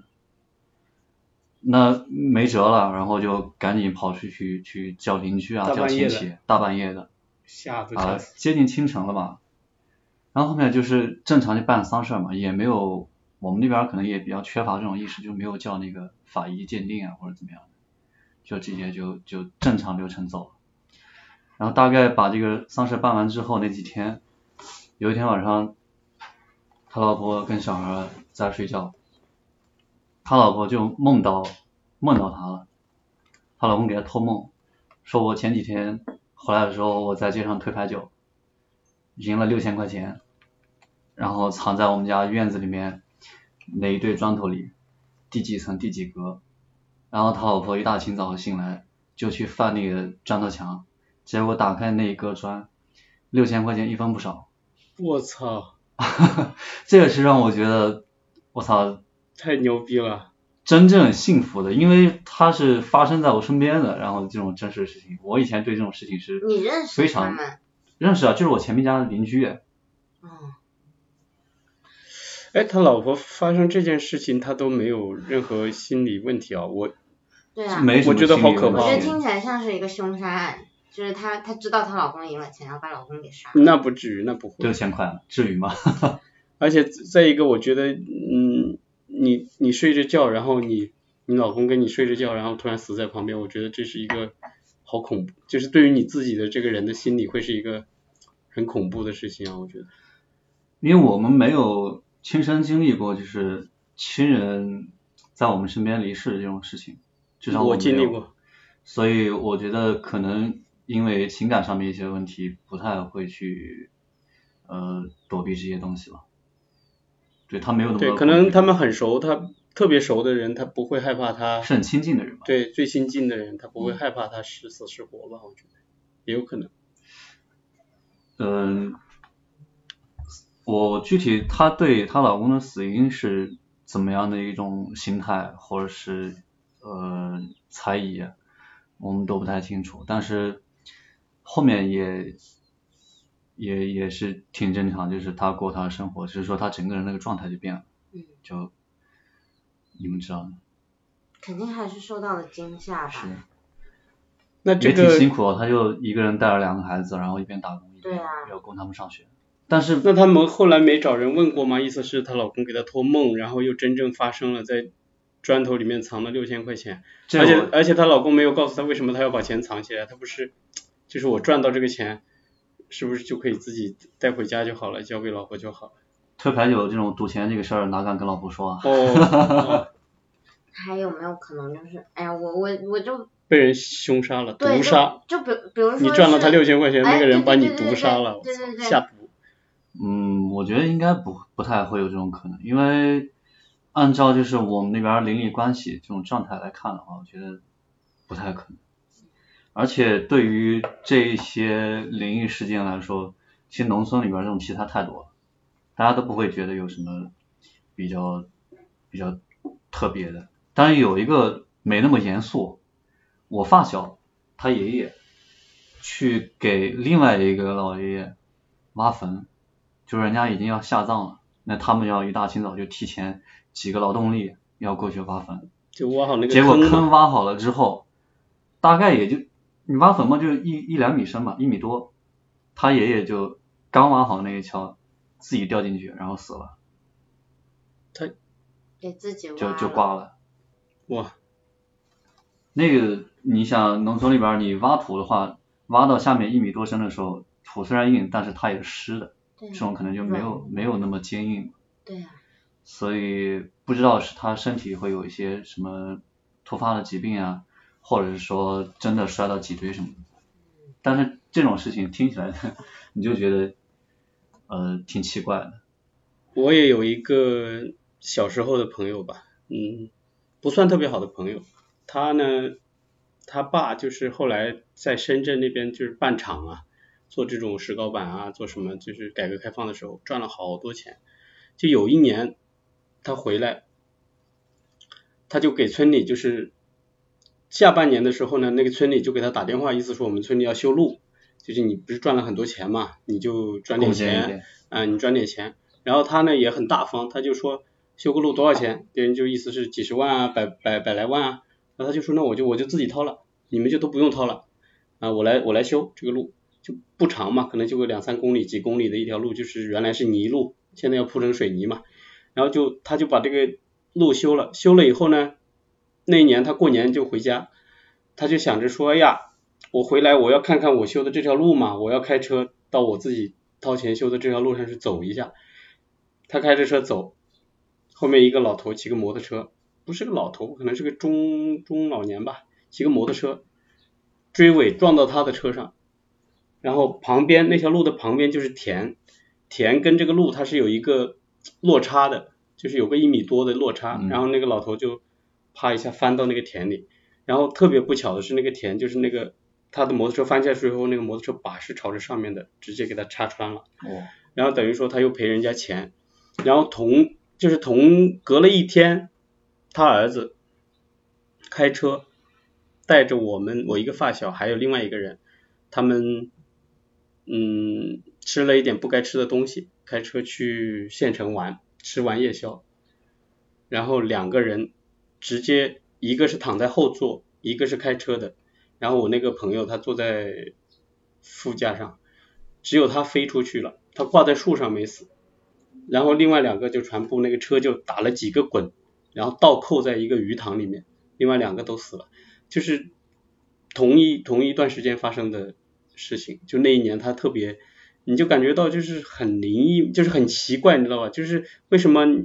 那没辙了，然后就赶紧跑出去叫邻居啊，叫亲戚，大半夜的，接近清晨了吧。然后后面就是正常就办丧事嘛，也没有，我们那边可能也比较缺乏这种意识，就没有叫那个法医鉴定啊或者怎么样，就直接就正常流程走了。然后大概把这个丧事办完之后那几天，有一天晚上他老婆跟小孩在睡觉，他老婆就梦到他了，他老公给他托梦，说我前几天回来的时候我在街上推牌九，赢了6000块钱，然后藏在我们家院子里面那一堆砖头里，第几层第几格，然后他老婆一大清早醒来就去翻那个砖头墙，结果打开那一个砖，6000块钱一分不少。 我操这个是让我觉得我操太牛逼了， 真正幸福的，因为它是发生在我身边的，然后这种真实的事情，我以前对这种事情是你认识他们？ 认识啊，就是我前面家的邻居。 哎，他老婆发生这件事情，他都没有任何心理问题啊， 对啊， 我觉得好可怕。 我觉得听起来像是一个凶杀案，就是她知道她老公赢了钱，然后把老公给杀了。 那不至于，那不会。 6000块，至于吗？ 而且再一个，我觉得，你睡着觉，然后你老公跟你睡着觉，然后突然死在旁边，我觉得这是一个好恐怖，就是对于你自己的这个人的心理会是一个很恐怖的事情啊，我觉得。 因为我们没有亲身经历过，就是亲人在我们身边离世的这种事情，至少我经历过， 所以我觉得可能因为情感上面一些问题，不太会去躲避这些东西了。对，他没有那么对，可能他们很熟，他特别熟的人，他不会害怕他。 是很亲近的人吧？ 对，最亲近的人，他不会害怕他是死是活吧？我觉得也有可能。 我具体她对她老公的死因是怎么样的一种心态或者是猜疑，我们都不太清楚，但是后面也是挺正常，就是她过她的生活，只是说她整个人那个状态就变了，就你们知道的。 肯定还是受到了惊吓吧。 是。 那这个也挺辛苦，她就一个人带了2个孩子，然后一边打工一边要供他们上学。但是那他们后来没找人问过吗？意思是她老公给她托梦，然后又真正发生了，在砖头里面藏了6000块钱，而且她老公没有告诉她为什么她要把钱藏起来，她不是就是我赚到这个钱，是不是就可以自己带回家就好了，交给老婆就好了？ 推牌九这种赌钱这个事儿，哪敢跟老婆说啊？ 还有没有可能就是，哎呀，我就被人凶杀了，毒杀。 就比如说你赚了他6000块钱，那个人把你毒杀了， 下毒。 我觉得应该不太会有这种可能，因为按照就是我们那边邻里关系这种状态来看的话，我觉得不太可能。而且对于这些灵异事件来说，其实农村里边这种题材太多了，大家都不会觉得有什么比较特别的。当然有一个没那么严肃，我发小他爷爷去给另外一个老爷爷挖坟，就是人家已经要下葬了，那他们要一大清早就提前几个劳动力要过去挖坟， 就挖好那个结果坑挖好了之后，大概也就你挖坟嘛，就1-2米深嘛，1米多，他爷爷就刚挖好那一锹，自己掉进去然后死了， 他给自己就挂了。 哇， 那个你想农村里边你挖土的话，挖到下面1米多深的时候，土虽然硬，但是它也是湿的，这种可能就没有那么坚硬。 对呀。 所以不知道是他身体会有一些什么突发的疾病啊，或者是说真的摔到脊椎什么的。但是这种事情听起来你就觉得挺奇怪的。 我也有一个小时候的朋友吧，不算特别好的朋友，他呢，他爸就是后来在深圳那边就是办厂啊，做这种石膏板啊，做什么就是改革开放的时候赚了好多钱，就有一年他回来，他就给村里就是下半年的时候呢，那个村里就给他打电话，意思说我们村里要修路，就是你不是赚了很多钱嘛，你就赚点钱，你赚点钱，然后他呢也很大方，他就说修个路多少钱，别人就意思是几十万啊，百来万啊，然后他就说那我就自己掏了，你们就都不用掏了啊，我来修这个路，就不长嘛，可能就个2-3公里几公里的一条路，就是原来是泥路，现在要铺成水泥嘛，然后他就把这个路修了以后呢，那一年他过年就回家，他就想着说哎呀，我回来我要看看我修的这条路嘛，我要开车到我自己掏钱修的这条路上去走一下，他开着车走，后面一个老头骑个摩托车，不是个老头，可能是个中老年吧，骑个摩托车追尾撞到他的车上，然后旁边那条路的旁边就是田跟这个路它是有一个落差的，就是有个1米多的落差，然后那个老头就啪一下翻到那个田里，然后特别不巧的是那个田就是那个他的摩托车翻下去以后，那个摩托车把是朝着上面的，直接给他插穿了，然后等于说他又赔人家钱，然后隔了1天，他儿子开车带着我一个发小还有另外一个人，他们吃了一点不该吃的东西，开车去县城玩， 吃完夜宵，然后2个人直接一个是躺在后座，一个是开车的，然后我那个朋友他坐在副驾上，只有他飞出去了，他挂在树上没死，然后另外2个就全部那个车就打了几个滚，然后倒扣在一个鱼塘里面，另外2个都死了，就是同一段时间发生的事情，就那一年他特别，你就感觉到就是很灵异，就是很奇怪，你知道吧？就是为什么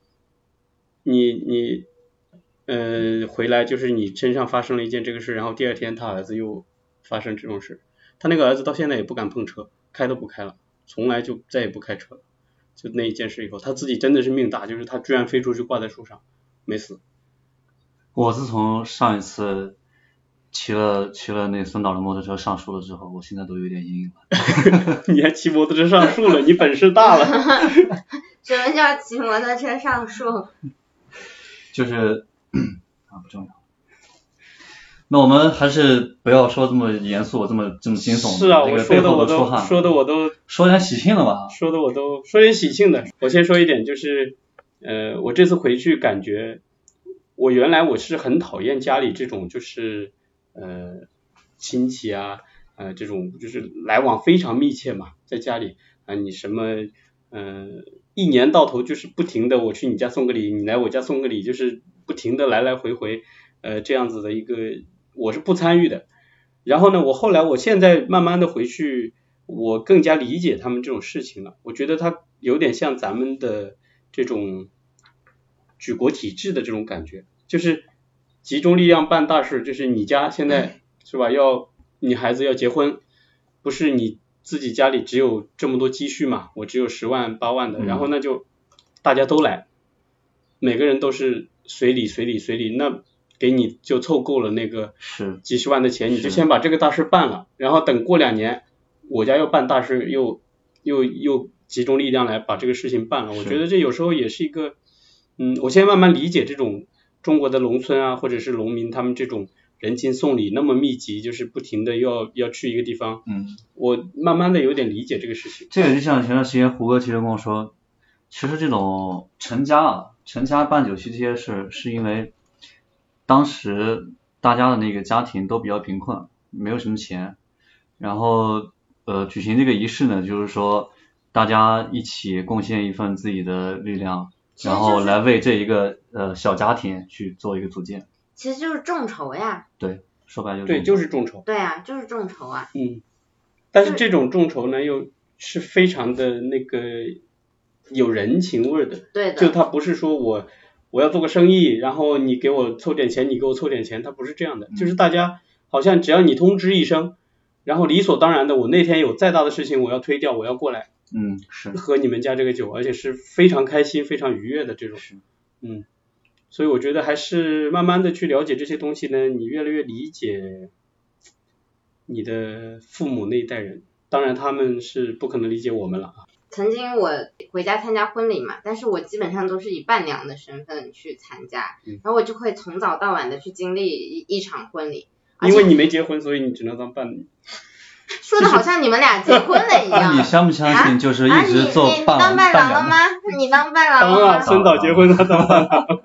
你回来就是你身上发生了一件这个事，然后第2天他儿子又发生这种事，他那个儿子到现在也不敢碰车，开都不开了，从来就再也不开车了。就那一件事以后，他自己真的是命大，就是他居然飞出去挂在树上没死。 我自从上一次骑了那孙导的摩托车上树了之后，我现在都有点阴影了。 你还骑摩托车上树了，你本事大了。 什么叫骑摩托车上树？ 就是不重要。那我们还是不要说这么严肃，这么惊悚的。 是啊， 这个背后的出汗。 说的我都说点喜庆的吧。 说点喜庆的。我先说一点，就是我这次回去感觉，我原来我是很讨厌家里这种就是亲戚啊这种就是来往非常密切嘛，在家里你什么一年到头就是不停的我去你家送个礼，你来我家送个礼，就是不停的来来回回这样子的一个，我是不参与的。然后呢，我现在慢慢的回去，我更加理解他们这种事情了。我觉得它有点像咱们的这种举国体制的这种感觉，就是集中力量办大事，就是你家现在是吧，你孩子要结婚，不是你自己家里只有这么多积蓄嘛，我只有10万8万的，然后那就大家都来，每个人都是随礼，那给你就凑够了那个几十万的钱，你就先把这个大事办了，然后等过2年我家要办大事，又集中力量来把这个事情办了。我觉得这有时候也是一个我现在慢慢理解这种中国的农村啊或者是农民他们这种人情送礼那么密集，就是不停的要去一个地方，我慢慢的有点理解这个事情。 这个就像前段时间胡歌其实跟我说，其实这种成家办酒席这些事是因为当时大家的那个家庭都比较贫困，没有什么钱，然后举行这个仪式呢，就是说大家一起贡献一份自己的力量，然后来为这一个小家庭去做一个组建。 其实就是众筹呀。 对，说白了就是众筹。 对啊，就是众筹啊。 但是这种众筹呢，又是非常的那个有人情味的。 对的。 就他不是说我要做个生意，然后你给我凑点钱，你给我凑点钱，他不是这样的。就是大家好像只要你通知一声，然后理所当然的，我那天有再大的事情我要推掉，我要过来。 是。 喝你们家这个酒，而且是非常开心、非常愉悦的这种。所以我觉得还是慢慢的去了解这些东西呢，你越来越理解你的父母那一代人，当然他们是不可能理解我们了。 曾经我回家参加婚礼嘛，但是我基本上都是以伴娘的身份去参加，然后我就会从早到晚的去经历一场婚礼。 因为你没结婚，所以你只能当伴娘。 说的好像你们俩结婚了一样。 你相不相信就是一直做你当伴郎了吗？你当伴郎了吗？ 当啊，孙导结婚了，当伴郎。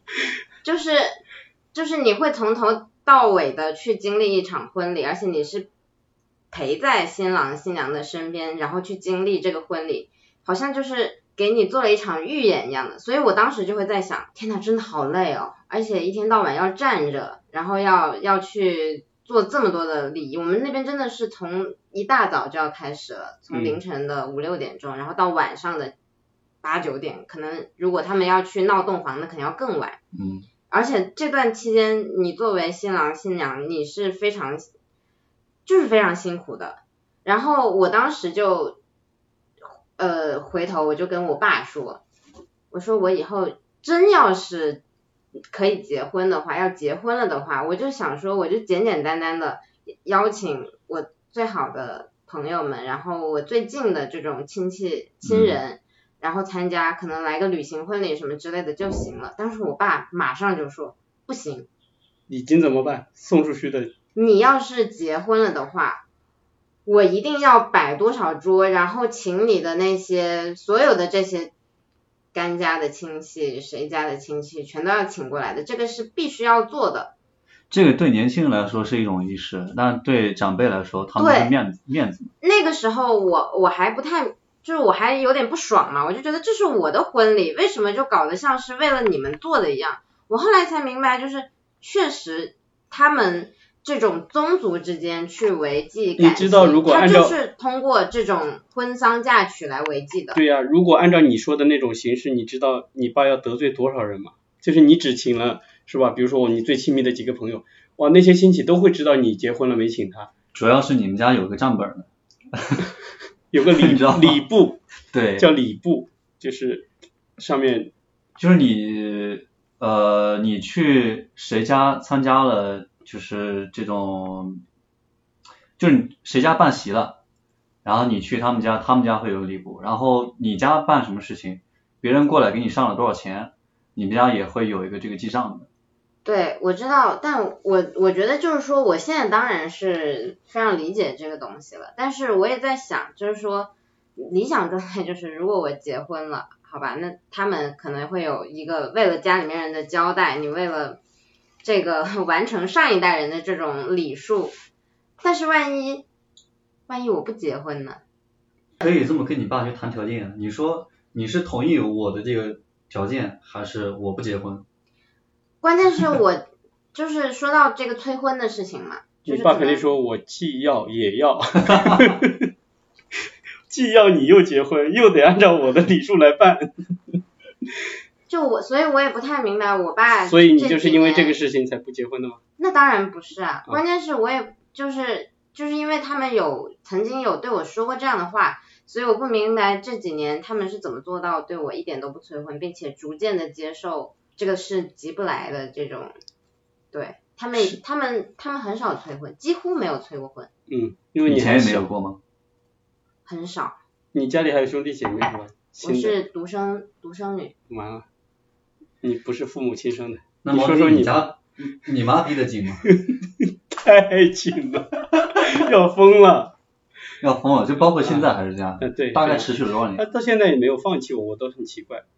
就是你会从头到尾的去经历一场婚礼，而且你是陪在新郎新娘的身边，然后去经历这个婚礼，好像就是给你做了一场预演一样的。所以我当时就会在想，天哪，真的好累哦，而且一天到晚要站着，然后要去做这么多的礼仪。我们那边真的是从一大早就要开始了，从凌晨的5、6点钟，然后到晚上的8、9点，可能如果他们要去闹洞房，那肯定要更晚。而且这段期间，你作为新郎新娘，你是非常辛苦的。然后我当时就回头我就跟我爸说，我说我以后真要是可以结婚的话，要结婚了的话，我就想说我就简简单单的邀请我最好的朋友们，然后我最近的这种亲人，然后参加，可能来个旅行婚礼什么之类的就行了。但是我爸马上就说不行。 礼金怎么办？送出去的。 你要是结婚了的话，我一定要摆多少桌，然后请你的那些所有的这些干家的亲戚谁家的亲戚全都要请过来的，这个是必须要做的。 这个对年轻人来说是一种仪式，但对长辈来说他们是面子。 那个时候我还不太，就是我还有点不爽嘛，我就觉得这是我的婚礼，为什么就搞得像是为了你们做的一样。我后来才明白，就是确实他们这种宗族之间去维系感情， 你知道如果按照他就是通过这种婚丧嫁娶来维系的。 对呀，如果按照你说的那种形式，你知道你爸要得罪多少人吗？就是你只请了是吧？比如说你最亲密的几个朋友，哇，那些亲戚都会知道你结婚了没请他。 主要是你们家有个账本的。 有个礼部， 对， 叫礼部，就是上面就是你去谁家参加了，就是这种，就是谁家办席了，然后你去他们家，他们家会有礼部，然后你家办什么事情，别人过来给你上了多少钱，你们家也会有一个这个记账的。 对，我知道，但我觉得就是说，我现在当然是非常理解这个东西了，但是我也在想，就是说理想状态就是如果我结婚了，好吧，那他们可能会有一个为了家里面人的交代，你为了这个完成上一代人的这种礼数，但是万一我不结婚呢？ 可以这么跟你爸去谈条件，你说你是同意我的这个条件，还是我不结婚？ 关键是我就是说到这个催婚的事情嘛， 你爸肯定说我既要也要，既要你又结婚，又得按照我的礼数来办。 所以我也不太明白我爸。 所以你就是因为这个事情才不结婚的吗？ 那当然不是啊，关键是我也就是因为他们曾经有对我说过这样的话，所以我不明白这几年他们是怎么做到对我一点都不催婚，并且逐渐的接受这个是急不来的这种。对，他们很少催婚，几乎没有催过婚。 因为你以前也没有过吗？ 很少。 你家里还有兄弟姐妹是吧？ 我是独生女。 完了，你不是父母亲生的。 那么说你妈逼得紧吗？ 太紧了，要疯了。 要疯了，就包括现在还是这样。 对。 大概持续了多少年？ 他到现在也没有放弃我都很奇怪。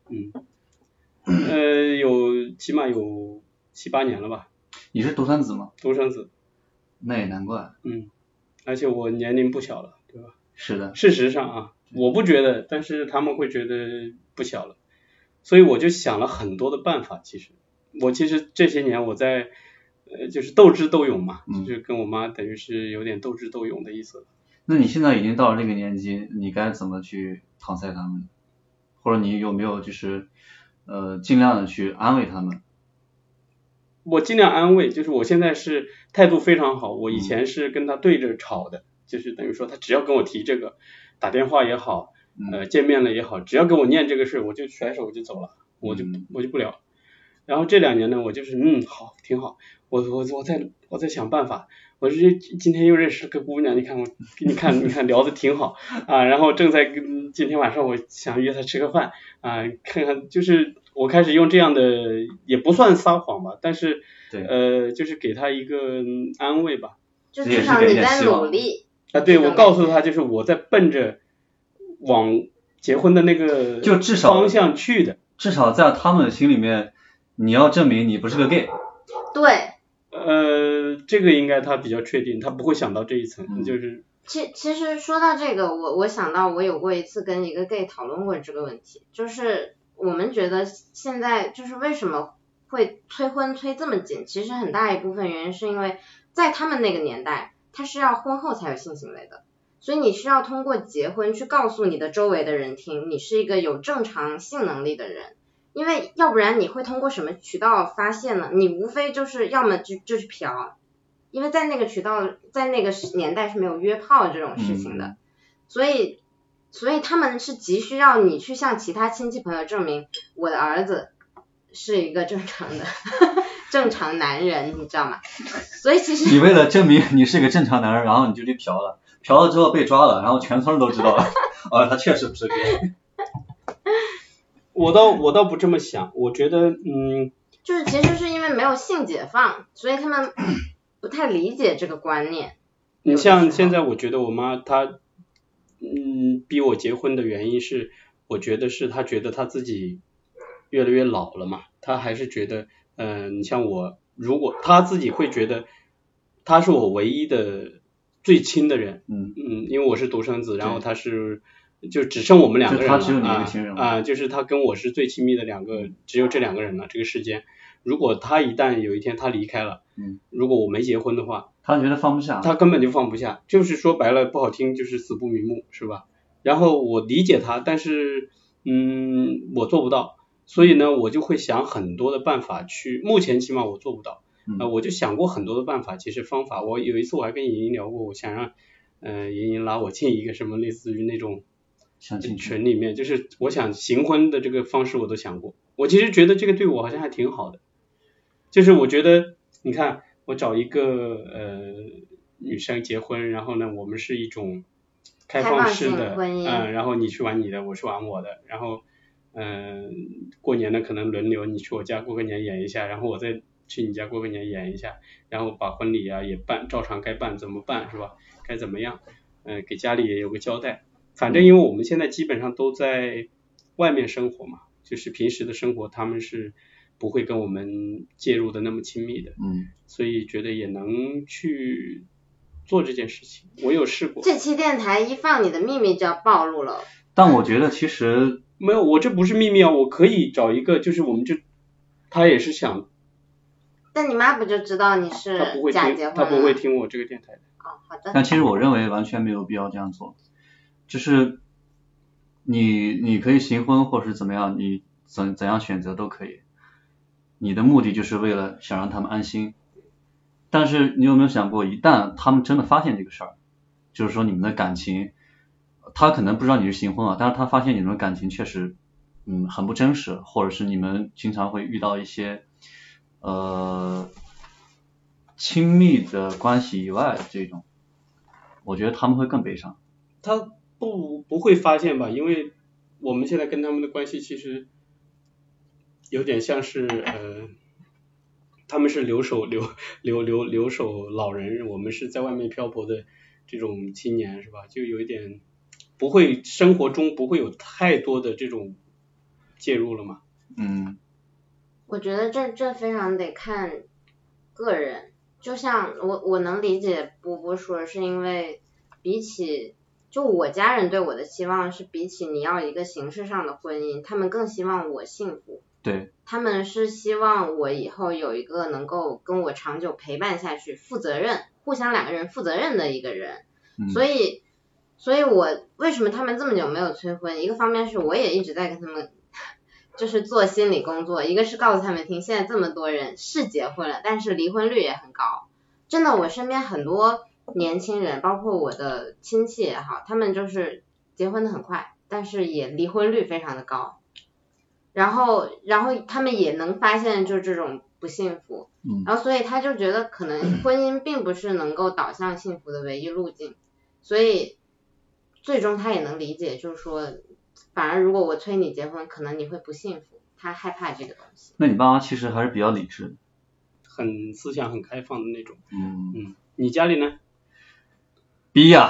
起码有7、8年了吧。 你是独生子吗？ 独生子。 那也难怪。 而且我年龄不小了，对吧？ 是的。 事实上啊，我不觉得，但是他们会觉得不小了，所以我就想了很多的办法。其实这些年我在就是斗智斗勇嘛，就是跟我妈等于是有点斗智斗勇的意思。 那你现在已经到了这个年纪，你该怎么去搪塞他们？或者你有没有就是尽量的去安慰他们？ 我尽量安慰，就是我现在是态度非常好，我以前是跟他对着吵的，就是等于说他只要跟我提这个，打电话也好，见面了也好，只要跟我念这个事，我就甩手我就走了，我就不聊。然后这2年呢，我就是好，挺好，我在想办法。我今天又认识个姑娘，你看聊得挺好啊，然后正在今天晚上我想约她吃个饭啊，看看就是我开始用这样的也不算撒谎吧，但是就是给她一个安慰吧， 就至少你在努力啊，对，我告诉她就是我在奔着往结婚的那个就至少方向去的， 至少在他们的心里面你要证明你不是个 gay。 对， 这个应该他比较确定，他不会想到这一层，就是其实说到这个，我想到我有过一次跟一个 gay 讨论过这个问题，就是我们觉得现在就是为什么会催婚催这么紧，其实很大一部分原因是因为在他们那个年代，他是要婚后才有性行为的，所以你需要通过结婚去告诉你的周围的人听，你是一个有正常性能力的人。因为要不然你会通过什么渠道发现呢？你无非就是要么就是嫖，因为在那个渠道在那个年代是没有约炮这种事情的，所以他们是急需要你去向其他亲戚朋友证明我的儿子是一个正常的正常男人，你知道吗？所以其实你为了证明你是个正常男人，然后你就去嫖了之后被抓了，然后全村都知道了他确实不是 gay。 我倒不这么想，我觉得就是其实是因为没有性解放，所以他们不太理解这个观念。 你像现在我觉得我妈她逼我结婚的原因是我觉得是他觉得他自己越来越老了嘛，他还是觉得你像我，如果他自己会觉得他是我唯一的最亲的人，因为我是独生子，然后他是就只剩我们两个人了， 就他只有你一个亲人就是他跟我是最亲密的只有这两个人了，这个世间。如果他一旦有一天他离开了，如果我没结婚的话， 他觉得放不下， 他根本就放不下，就是说白了不好听，就是死不瞑目，是吧？然后我理解他，但是我做不到，所以呢我就会想很多的办法去，目前起码我做不到，我就想过很多的办法，其实方法，我有一次我还跟莹莹聊过，我想让莹莹拉我进一个什么类似于那种群里面，就是我想行婚的这个方式我都想过，我其实觉得这个对我好像还挺好的，就是我觉得你看我找一个女生结婚，然后呢我们是一种开放式的然后你去玩你的，我去玩我的，然后过年呢可能轮流，你去我家过个年演一下，然后我再去你家过个年演一下，然后把婚礼啊也办，照常该办怎么办是吧？该怎么样给家里也有个交代。反正因为我们现在基本上都在外面生活嘛，就是平时的生活他们是不会跟我们介入的那么亲密的，所以觉得也能去做这件事情，我有试过。 这期电台一放，你的秘密就要暴露了。 但我觉得其实没有，我这不是秘密啊，我可以找一个，就是我们他也是想。 但你妈不就知道你是假结婚了？ 他不会听我这个电台的。 好的。 但其实我认为完全没有必要这样做，就是你可以行婚或者是怎么样，你怎样选择都可以，你的目的就是为了想让他们安心。但是你有没有想过，一旦他们真的发现这个事儿，就是说你们的感情，他可能不知道你是行婚啊，但是他发现你们的感情确实很不真实，或者是你们经常会遇到一些亲密的关系以外这种，我觉得他们会更悲伤。 他不会发现吧，因为我们现在跟他们的关系其实有点像是他们是留守老人，我们是在外面漂泊的这种青年是吧，就有一点不会，生活中不会有太多的这种介入了嘛。 我觉得这非常得看个人，就像我能理解波波说的是因为比起就我家人对我的期望是比起你要一个形式上的婚姻，他们更希望我幸福。 对，他们是希望我以后有一个能够跟我长久陪伴下去，负责任，互相两个人负责任的一个人。所以我为什么他们这么久没有催婚，一个方面是我也一直在跟他们就是做心理工作，一个是告诉他们听现在这么多人是结婚了，但是离婚率也很高。真的，我身边很多年轻人，包括我的亲戚也好，他们就是结婚的很快，但是也离婚率非常的高。然后他们也能发现就是这种不幸福，然后所以他就觉得可能婚姻并不是能够导向幸福的唯一路径，所以最终他也能理解，就是说反而如果我催你结婚，可能你会不幸福，他害怕这个东西。 那你爸妈其实还是比较理智的， 很思想很开放的那种。你家里呢？ 逼呀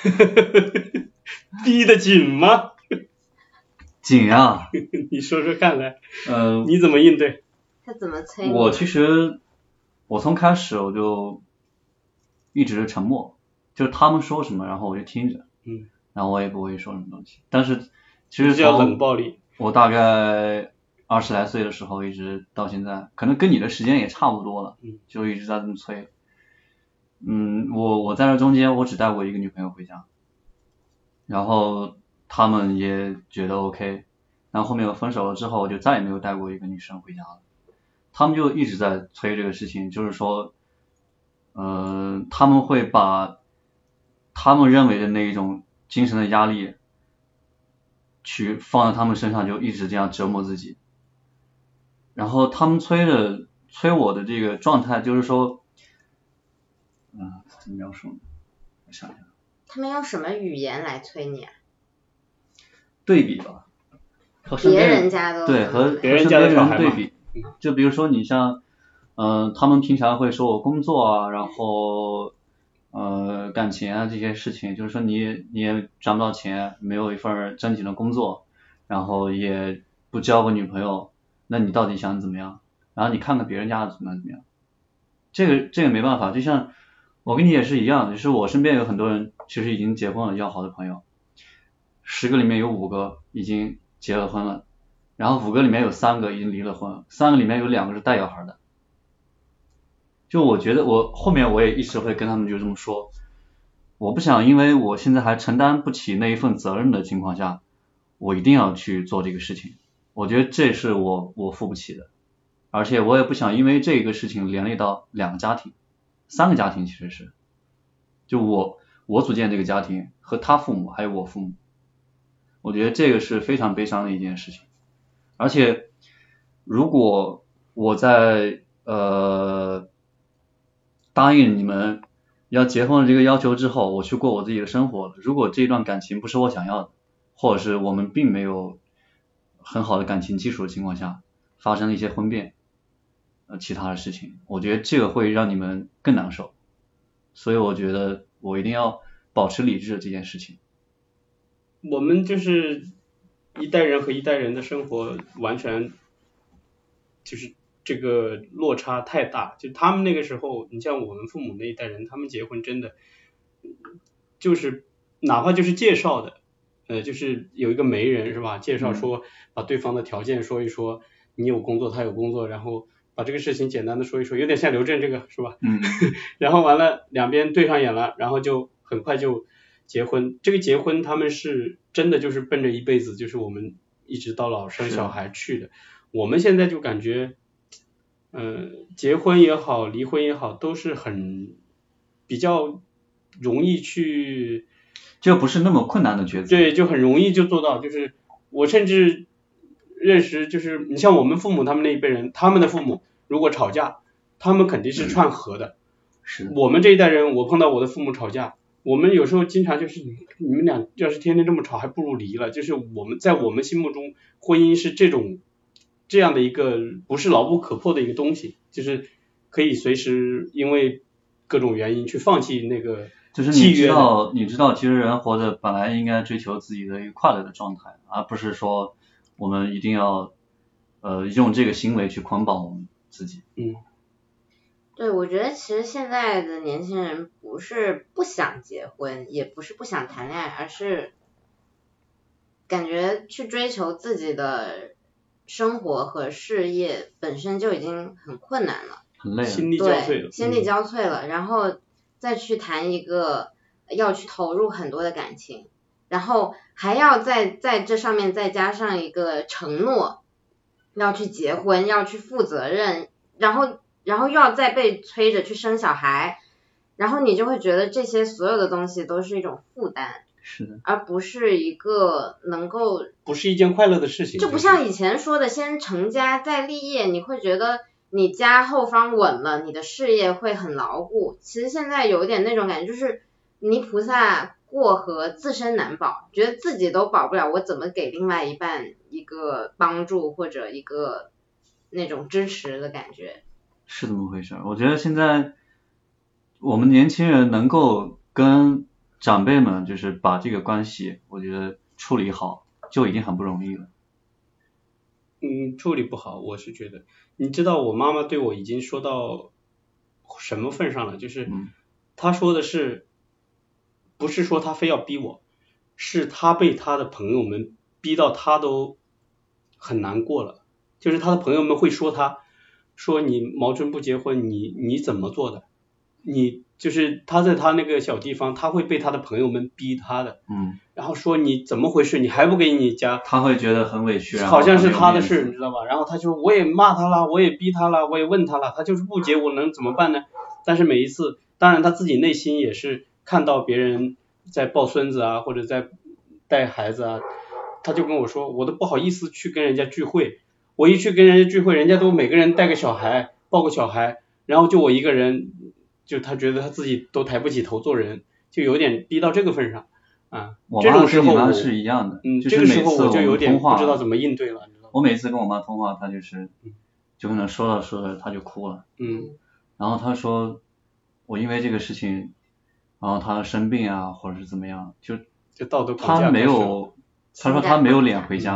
逼得紧吗？ 紧呀你说说看来你怎么应对？ 他怎么催你？ 我其实我从开始我就一直沉默，就是他们说什么然后我就听着，然后我也不会说什么东西。但是其实叫冷暴力， 我大概20来岁的时候一直到现在，可能跟你的时间也差不多了，就一直在这么催。我在这中间我只带过一个女朋友回家，然后他们也觉得 OK， 然后后面我分手了之后我就再也没有带过一个女生回家了。他们就一直在催这个事情，就是说他们会把他们认为的那一种精神的压力去放在他们身上，就一直这样折磨自己。然后他们催我的这个状态就是说怎么描述呢？我想想， 他们用什么语言来催你啊？ 对比吧，和别人家的对和别人家的小孩对比，就比如说你像他们平常会说我工作啊，然后感情啊这些事情，就是说你也赚不到钱，没有一份正经的工作， 然后也不交个女朋友，那你到底想怎么样？然后你看看别人家怎么样？这个没办法，就像我跟你也是一样，就是我身边有很多人其实已经结婚了，要好的朋友，10个里面有5个已经结了婚了，然后5个里面有3个已经离了婚，3个里面有2个是带小孩的。就我觉得后面我也一直会跟他们就这么说，我不想因为我现在还承担不起那一份责任的情况下，我一定要去做这个事情，我觉得这是我付不起的，而且我也不想因为这个事情连累到2个家庭，3个家庭其实是，就我组建这个家庭和他父母还有我父母，我觉得这个是非常悲伤的一件事情。而且如果我在答应你们要结婚的这个要求之后，我去过我自己的生活了，如果这段感情不是我想要的，或者是我们并没有很好的感情基础的情况下发生了一些婚变其他的事情，我觉得这个会让你们更难受，所以我觉得我一定要保持理智这件事情。 我们就是一代人和一代人的生活完全就是这个落差太大，就他们那个时候，你像我们父母那一代人，他们结婚真的就是哪怕就是介绍的，就是有一个媒人是吧，介绍说把对方的条件说一说，你有工作他有工作，然后把这个事情简单的说一说，有点像刘震这个是吧？然后完了两边对上眼了，然后就很快就结婚。这个结婚他们是真的就是奔着一辈子，就是我们一直到老生小孩去的。我们现在就感觉结婚也好离婚也好都是很比较容易去， 就不是那么困难的抉择。 对，就很容易就做到。就是我甚至认识，就是你像我们父母他们那一辈人，他们的父母如果吵架，他们肯定是串和的。 是我们这一代人，我碰到我的父母吵架，我们有时候经常就是你们俩要是天天这么吵，还不如离了。就是我们在我们心目中，婚姻是这样的一个不是牢不可破的一个东西，就是可以随时因为各种原因去放弃那个就是你知道其实人活着本来应该追求自己的一个快乐的状态，而不是说我们一定要用这个行为去捆绑我们自己。 对，我觉得其实现在的年轻人不是不想结婚，也不是不想谈恋爱，而是感觉去追求自己的生活和事业本身就已经很困难了， 很累了， 心力交瘁了， 心力交瘁了，然后再去谈一个要去投入很多的感情，然后还要在这上面再加上一个承诺，要去结婚，要去负责任，然后又要再被催着去生小孩，然后你就会觉得这些所有的东西都是一种负担， 是的， 而不是一个能够， 不是一件快乐的事情， 就不像以前说的先成家再立业，你会觉得你家后方稳了，你的事业会很牢固。其实现在有点那种感觉，就是泥菩萨过河自身难保，觉得自己都保不了，我怎么给另外一半一个帮助或者一个那种支持的感觉。 是这么回事。我觉得现在我们年轻人能够跟长辈们就是把这个关系我觉得处理好就已经很不容易了。 处理不好我是觉得，你知道我妈妈对我已经说到什么份上了，就是她说的是不是说她非要逼我，是她被她的朋友们逼到她都很难过了，就是她的朋友们会说她，说你毛春不结婚你怎么做的，你就是他在他那个小地方，他会被他的朋友们逼他的，然后说你怎么回事，你还不给你家， 他会觉得很委屈， 好像是他的事，你知道吧？然后他就我也骂他了，我也逼他了，我也问他了，他就是不结，我能怎么办呢？但是每一次，当然他自己内心也是看到别人在抱孙子啊，或者在带孩子啊，他就跟我说，我都不好意思去跟人家聚会，我一去跟人家聚会，人家都每个人带个小孩，抱个小孩，然后就我一个人。就他觉得他自己都抬不起头做人，就有点逼到这个份上啊。这种时候我妈是一样的， 这个时候我就有点不知道怎么应对了。 我每次跟我妈通话，她就可能说着她就哭了。然后她说我因为这个事情，然后她生病啊，或者是怎么样，就道德她没有，她说她没有脸回家，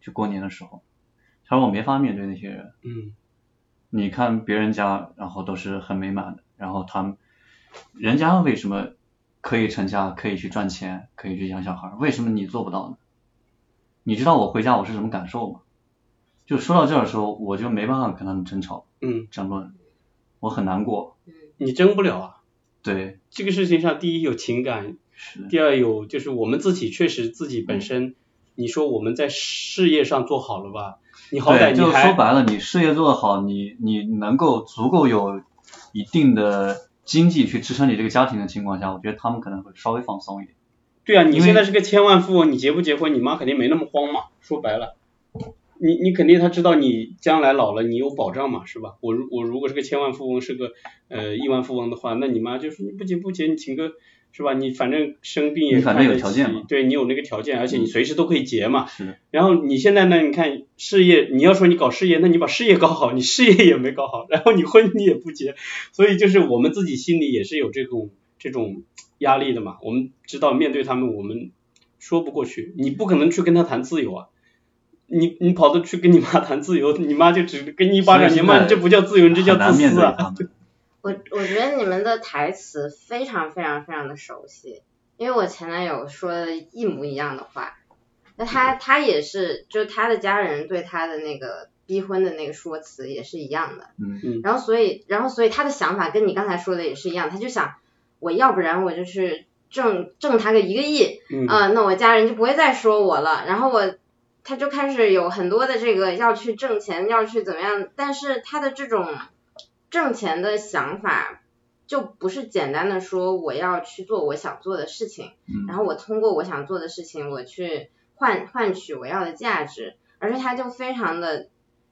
就过年的时候，他说我没法面对那些人。你看别人家然后都是很美满的，然后人家为什么可以成家，可以去赚钱，可以去养小孩，为什么你做不到呢？你知道我回家我是什么感受吗？就说到这儿的时候，我就没办法跟他们争吵争论，我很难过。 你争不了啊。 对， 这个事情上，第一有情感，第二有就是我们自己确实自己本身，你说我们在事业上做好了吧，你好歹就说白了，你事业做得好，你能够足够有一定的经济去支撑你这个家庭的情况下，我觉得他们可能会稍微放松一点。 对啊，你现在是个千万富翁，你结不结婚，你妈肯定没那么慌嘛，说白了。你肯定他知道你将来老了你有保障嘛，是吧？我如果是个千万富翁，是个亿万富翁的话，那你妈就说你不结你请个是吧？你反正生病也看得起， 你反正有条件嘛， 对，你有那个条件，而且你随时都可以结嘛。 是。 然后你现在呢，你看事业，你要说你搞事业，那你把事业搞好，你事业也没搞好，然后你婚你也不结，所以就是我们自己心里也是有这种压力的嘛。我们知道面对他们我们说不过去，你不可能去跟他谈自由啊。你跑着去跟你妈谈自由，你妈就只给你一巴掌，你妈这不叫自由，这叫自私啊。 我觉得你们的台词非常非常非常的熟悉，因为我前男友说的一模一样的话，那他也是，就他的家人对他的那个逼婚的那个说辞也是一样的。然后所以他的想法跟你刚才说的也是一样，他就想我要不然我就去挣他个1个亿，那我家人就不会再说我了，然后他就开始有很多的这个要去挣钱，要去怎么样，但是他的这种挣钱的想法就不是简单的说我要去做我想做的事情，然后我通过我想做的事情我去换取我要的价值，而是他就非常的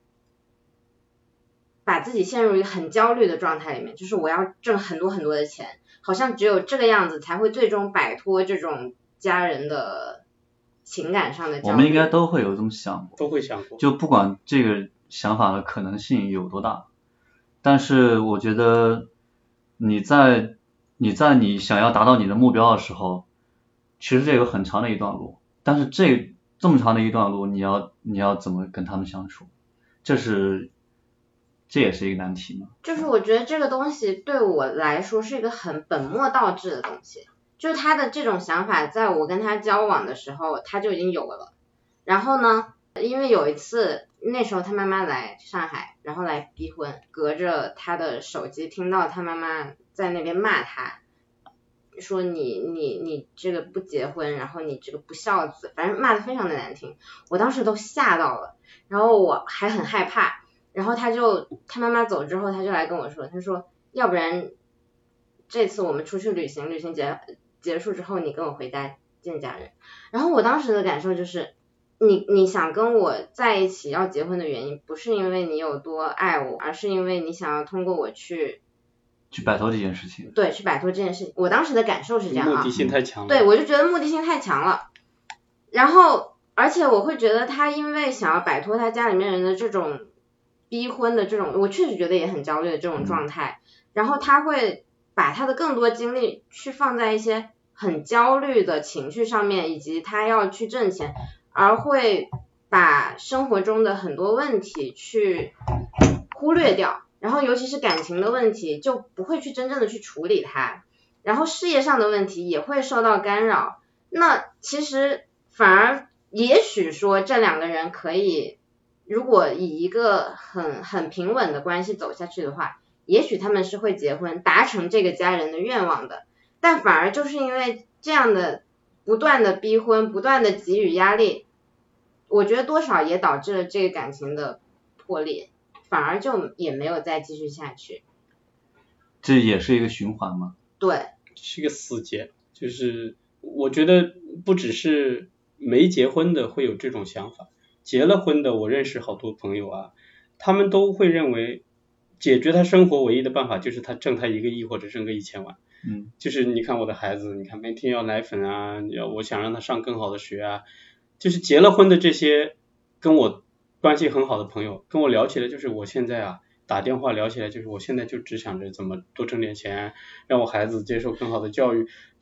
把自己陷入一个很焦虑的状态里面，就是我要挣很多很多的钱，好像只有这个样子才会最终摆脱这种家人的情感上的焦虑。 我们应该都会有这么想过， 都会想过， 就不管这个想法的可能性有多大，但是我觉得你在你想要达到你的目标的时候，其实这有很长的一段路，但是这么长的一段路，你要怎么跟他们相处，这也是一个难题嘛。 就是我觉得这个东西对我来说是一个很本末倒置的东西，就是他的这种想法在我跟他交往的时候他就已经有了，然后呢因为有一次那时候他妈妈来上海，然后来逼婚，隔着他的手机听到他妈妈在那边骂他，说你这个不结婚，然后你这个不孝子，反正骂得非常的难听，我当时都吓到了，然后我还很害怕，然后他妈妈走之后他就来跟我说，他说要不然这次我们出去旅行结束之后你跟我回家见家人，然后我当时的感受就是你想跟我在一起要结婚的原因不是因为你有多爱我，而是因为你想要通过我去摆脱这件事情。 对，去摆脱这件事情，我当时的感受是这样啊， 目的性太强了。 对，我就觉得目的性太强了，然后而且我会觉得他因为想要摆脱他家里面人的这种逼婚的这种，我确实觉得也很焦虑的这种状态，然后他会把他的更多精力去放在一些很焦虑的情绪上面，以及他要去挣钱，而会把生活中的很多问题去忽略掉，然后尤其是感情的问题就不会去真正的去处理它，然后事业上的问题也会受到干扰，那其实反而也许说这两个人可以，如果以一个很平稳的关系走下去的话，也许他们是会结婚达成这个家人的愿望的，但反而就是因为这样的不断的逼婚，不断的给予压力，我觉得多少也导致了这个感情的破裂，反而就也没有再继续下去。 这也是一个循环吗？ 对， 是一个死结，就是我觉得不只是没结婚的会有这种想法，结了婚的我认识好多朋友啊，他们都会认为解决他生活唯一的办法就是他挣他1个亿或者挣个1000万。就是你看我的孩子，你看每天要奶粉啊，我想让他上更好的学啊，就是结了婚的这些跟我关系很好的朋友跟我聊起来，就是我现在啊打电话聊起来，就是我现在就只想着怎么多挣点钱，让我孩子接受更好的教育，就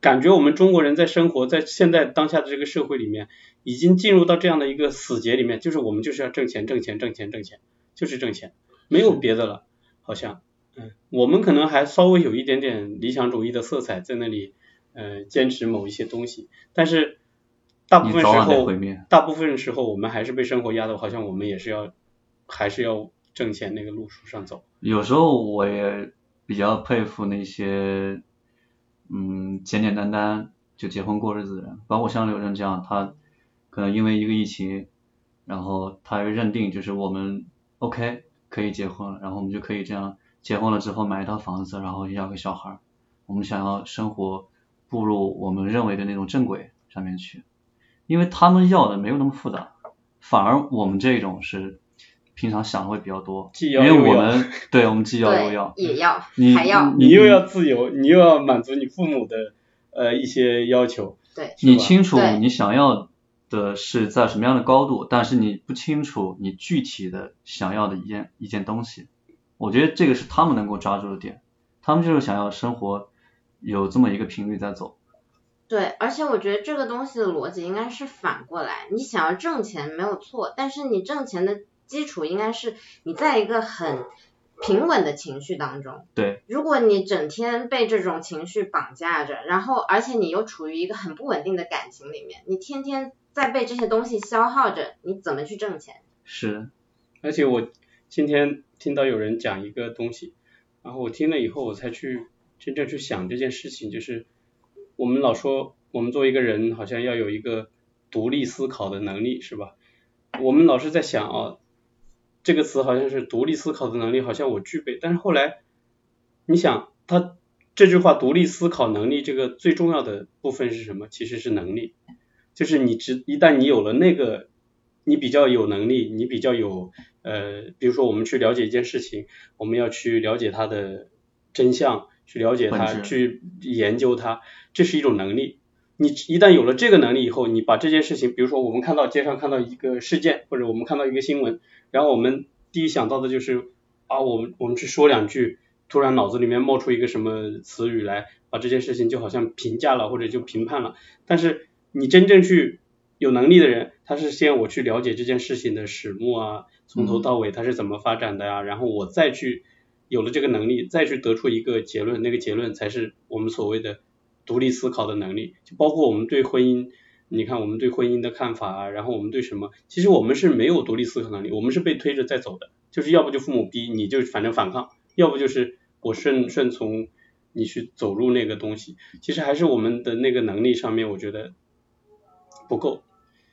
感觉我们中国人在生活在现在当下的这个社会里面，已经进入到这样的一个死结里面，就是我们就是要挣钱，就是挣钱，没有别的了，好像，我们可能还稍微有一点点理想主义的色彩在那里，坚持某一些东西，但是大部分时候我们还是被生活压得，好像我们也是还是要挣钱那个路数上走。 有时候我也比较佩服那些简简单单就结婚过日子的人，包括像刘震这样，他可能因为一个疫情，然后他认定就是我们 OK 可以结婚了，然后我们就可以这样结婚了之后买一套房子，然后要个小孩，我们想要生活步入我们认为的那种正轨上面去，因为他们要的没有那么复杂，反而我们这种是平常想的会比较多，因为我们既要又要， 也要，还要，你又要自由，你又要满足你父母的一些要求， 对， 你清楚你想要的是在什么样的高度，但是你不清楚你具体的想要的一件东西，我觉得这个是他们能够抓住的点，他们就是想要生活有这么一个频率在走。 对，而且我觉得这个东西的逻辑应该是反过来，你想要挣钱没有错，但是你挣钱的基础应该是你在一个很平稳的情绪当中。 对， 如果你整天被这种情绪绑架着，然后而且你又处于一个很不稳定的感情里面，你天天在被这些东西消耗着，你怎么去挣钱？ 是， 而且我今天听到有人讲一个东西，然后我听了以后我才去真正去想这件事情，就是我们老说我们作为一个人好像要有一个独立思考的能力，是吧？我们老是在想这个词好像是独立思考的能力好像我具备，但是后来你想他这句话独立思考能力这个最重要的部分是什么？其实是能力，就是一旦你有了那个，你比较有能力，你比较有比如说我们去了解一件事情，我们要去了解它的真相，去了解它，去研究它，这是一种能力。你一旦有了这个能力以后，你把这件事情，比如说我们街上看到一个事件，或者我们看到一个新闻，然后我们第一想到的就是我们去说两句，突然脑子里面冒出一个什么词语来，把这件事情就好像评价了或者就评判了。但是你真正去有能力的人，他是先我去了解这件事情的始末啊，从头到尾它是怎么发展的呀，然后我再去有了这个能力，再去得出一个结论，那个结论才是我们所谓的独立思考的能力。就包括我们对婚姻，你看我们对婚姻的看法啊，然后我们对什么，其实我们是没有独立思考能力，我们是被推着在走的，就是要不就父母逼你就反正反抗，要不就是我顺从你去走入那个东西，其实还是我们的那个能力上面我觉得不够。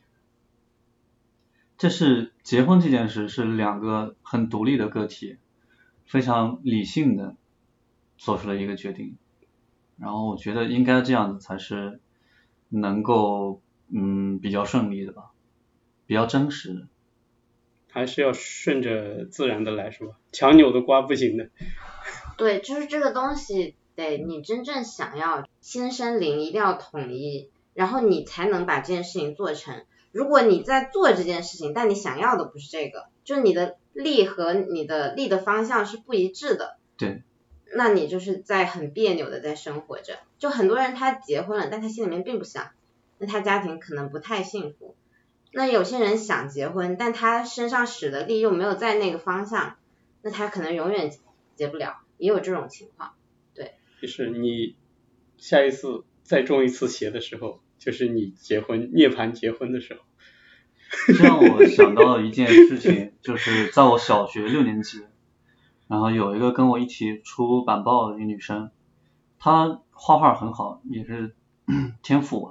这是结婚这件事是两个很独立的个体非常理性的做出了一个决定，然后我觉得应该这样子才是能够比较顺利的吧，比较真实的。 还是要顺着自然的来，是吧？强扭的瓜不行的。 对，就是这个东西得你真正想要，心生灵一定要统一，然后你才能把这件事情做成。如果你在做这件事情，但你想要的不是这个，就你的力和你的力的方向是不一致的， 对， 那你就是在很别扭的在生活着。就很多人他结婚了，但他心里面并不想，那他家庭可能不太幸福。那有些人想结婚，但他身上使的力又没有在那个方向，那他可能永远结不了，也有这种情况。对， 就是你下一次再中一次邪的时候，就是你涅槃结婚的时候。 这让我想到一件事情，就是在我小学6年级，然后有一个跟我一起出板报的一个女生，她画画很好，也是天赋，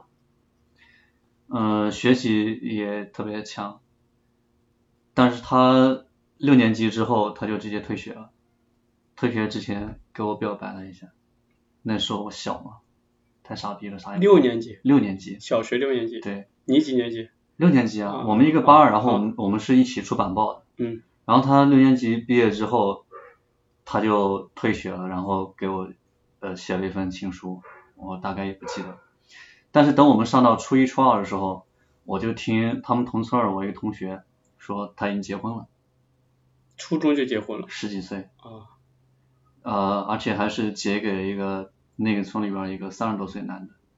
学习也特别强，但是她6年级之后她就直接退学了，退学之前给我表白了一下，那时候我小嘛，太傻逼了，啥也不懂。6年级， 小学6年级， 对， 你几年级 ？6年级啊，我们一个班，然后我们是一起出板报的，然后他6年级毕业之后他就退学了，然后给我写了一份情书，我大概也不记得，但是等我们上到初1初2的时候，我就听他们同村我一个同学说他已经结婚了， 初中就结婚了 ，10几岁而且还是结给一个那个村里边一个30多岁男的，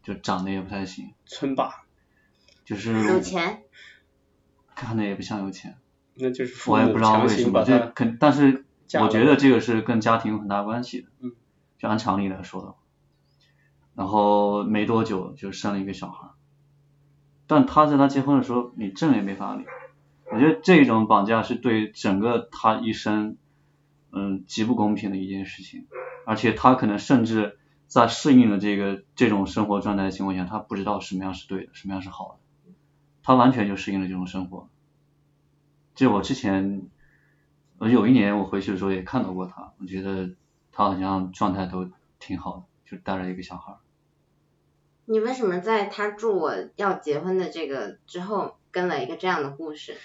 就长得也不太行。 村霸。 就是有钱。 看着也不像有钱。 那就是父母我也不知道为什么，但是我觉得这个是跟家庭有很大关系的。就按常理来说的。然后没多久就生了一个小孩。但他在他结婚的时候，你证也没法理。我觉得这种绑架是对整个他一生极不公平的一件事情，而且他可能甚至在适应了这种生活状态的情况下，他不知道什么样是对的，什么样是好的，他完全就适应了这种生活。就我之前有一年我回去的时候也看到过他，我觉得他好像状态都挺好的，就带着一个小孩。 你为什么在他祝我要结婚的这个之后跟了一个这样的故事？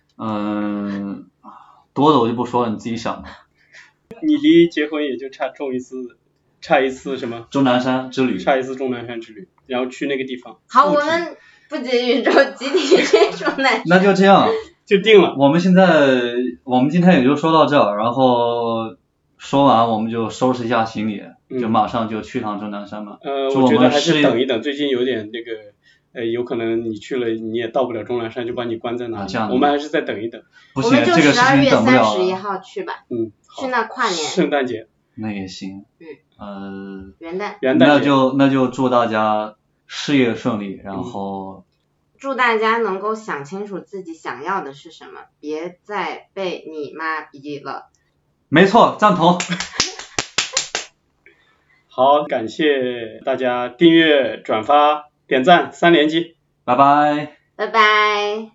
多的我就不说了，你自己想吧。 你离结婚也就差一次什么？ 终南山之旅。 差一次终南山之旅，然后去那个地方。 好，我们不及宇宙集体去终南山。 那就这样， 就定了。 我们今天也就说到这儿，然后说完我们就收拾一下行李，就马上就去趟终南山嘛。 我觉得还是等一等，最近有点那个有可能你去了你也到不了终南山，就把你关在那里。我们还是再等一等。 不行， 我们就12月31 号去吧。去那跨年。 圣诞节。 那也行。 元旦。 那就祝大家事业顺利，然后祝大家能够想清楚自己想要的是什么，别再被你妈逼了。 没错，赞同。 好，感谢大家订阅、转发、点赞3连击， 拜拜。 拜拜。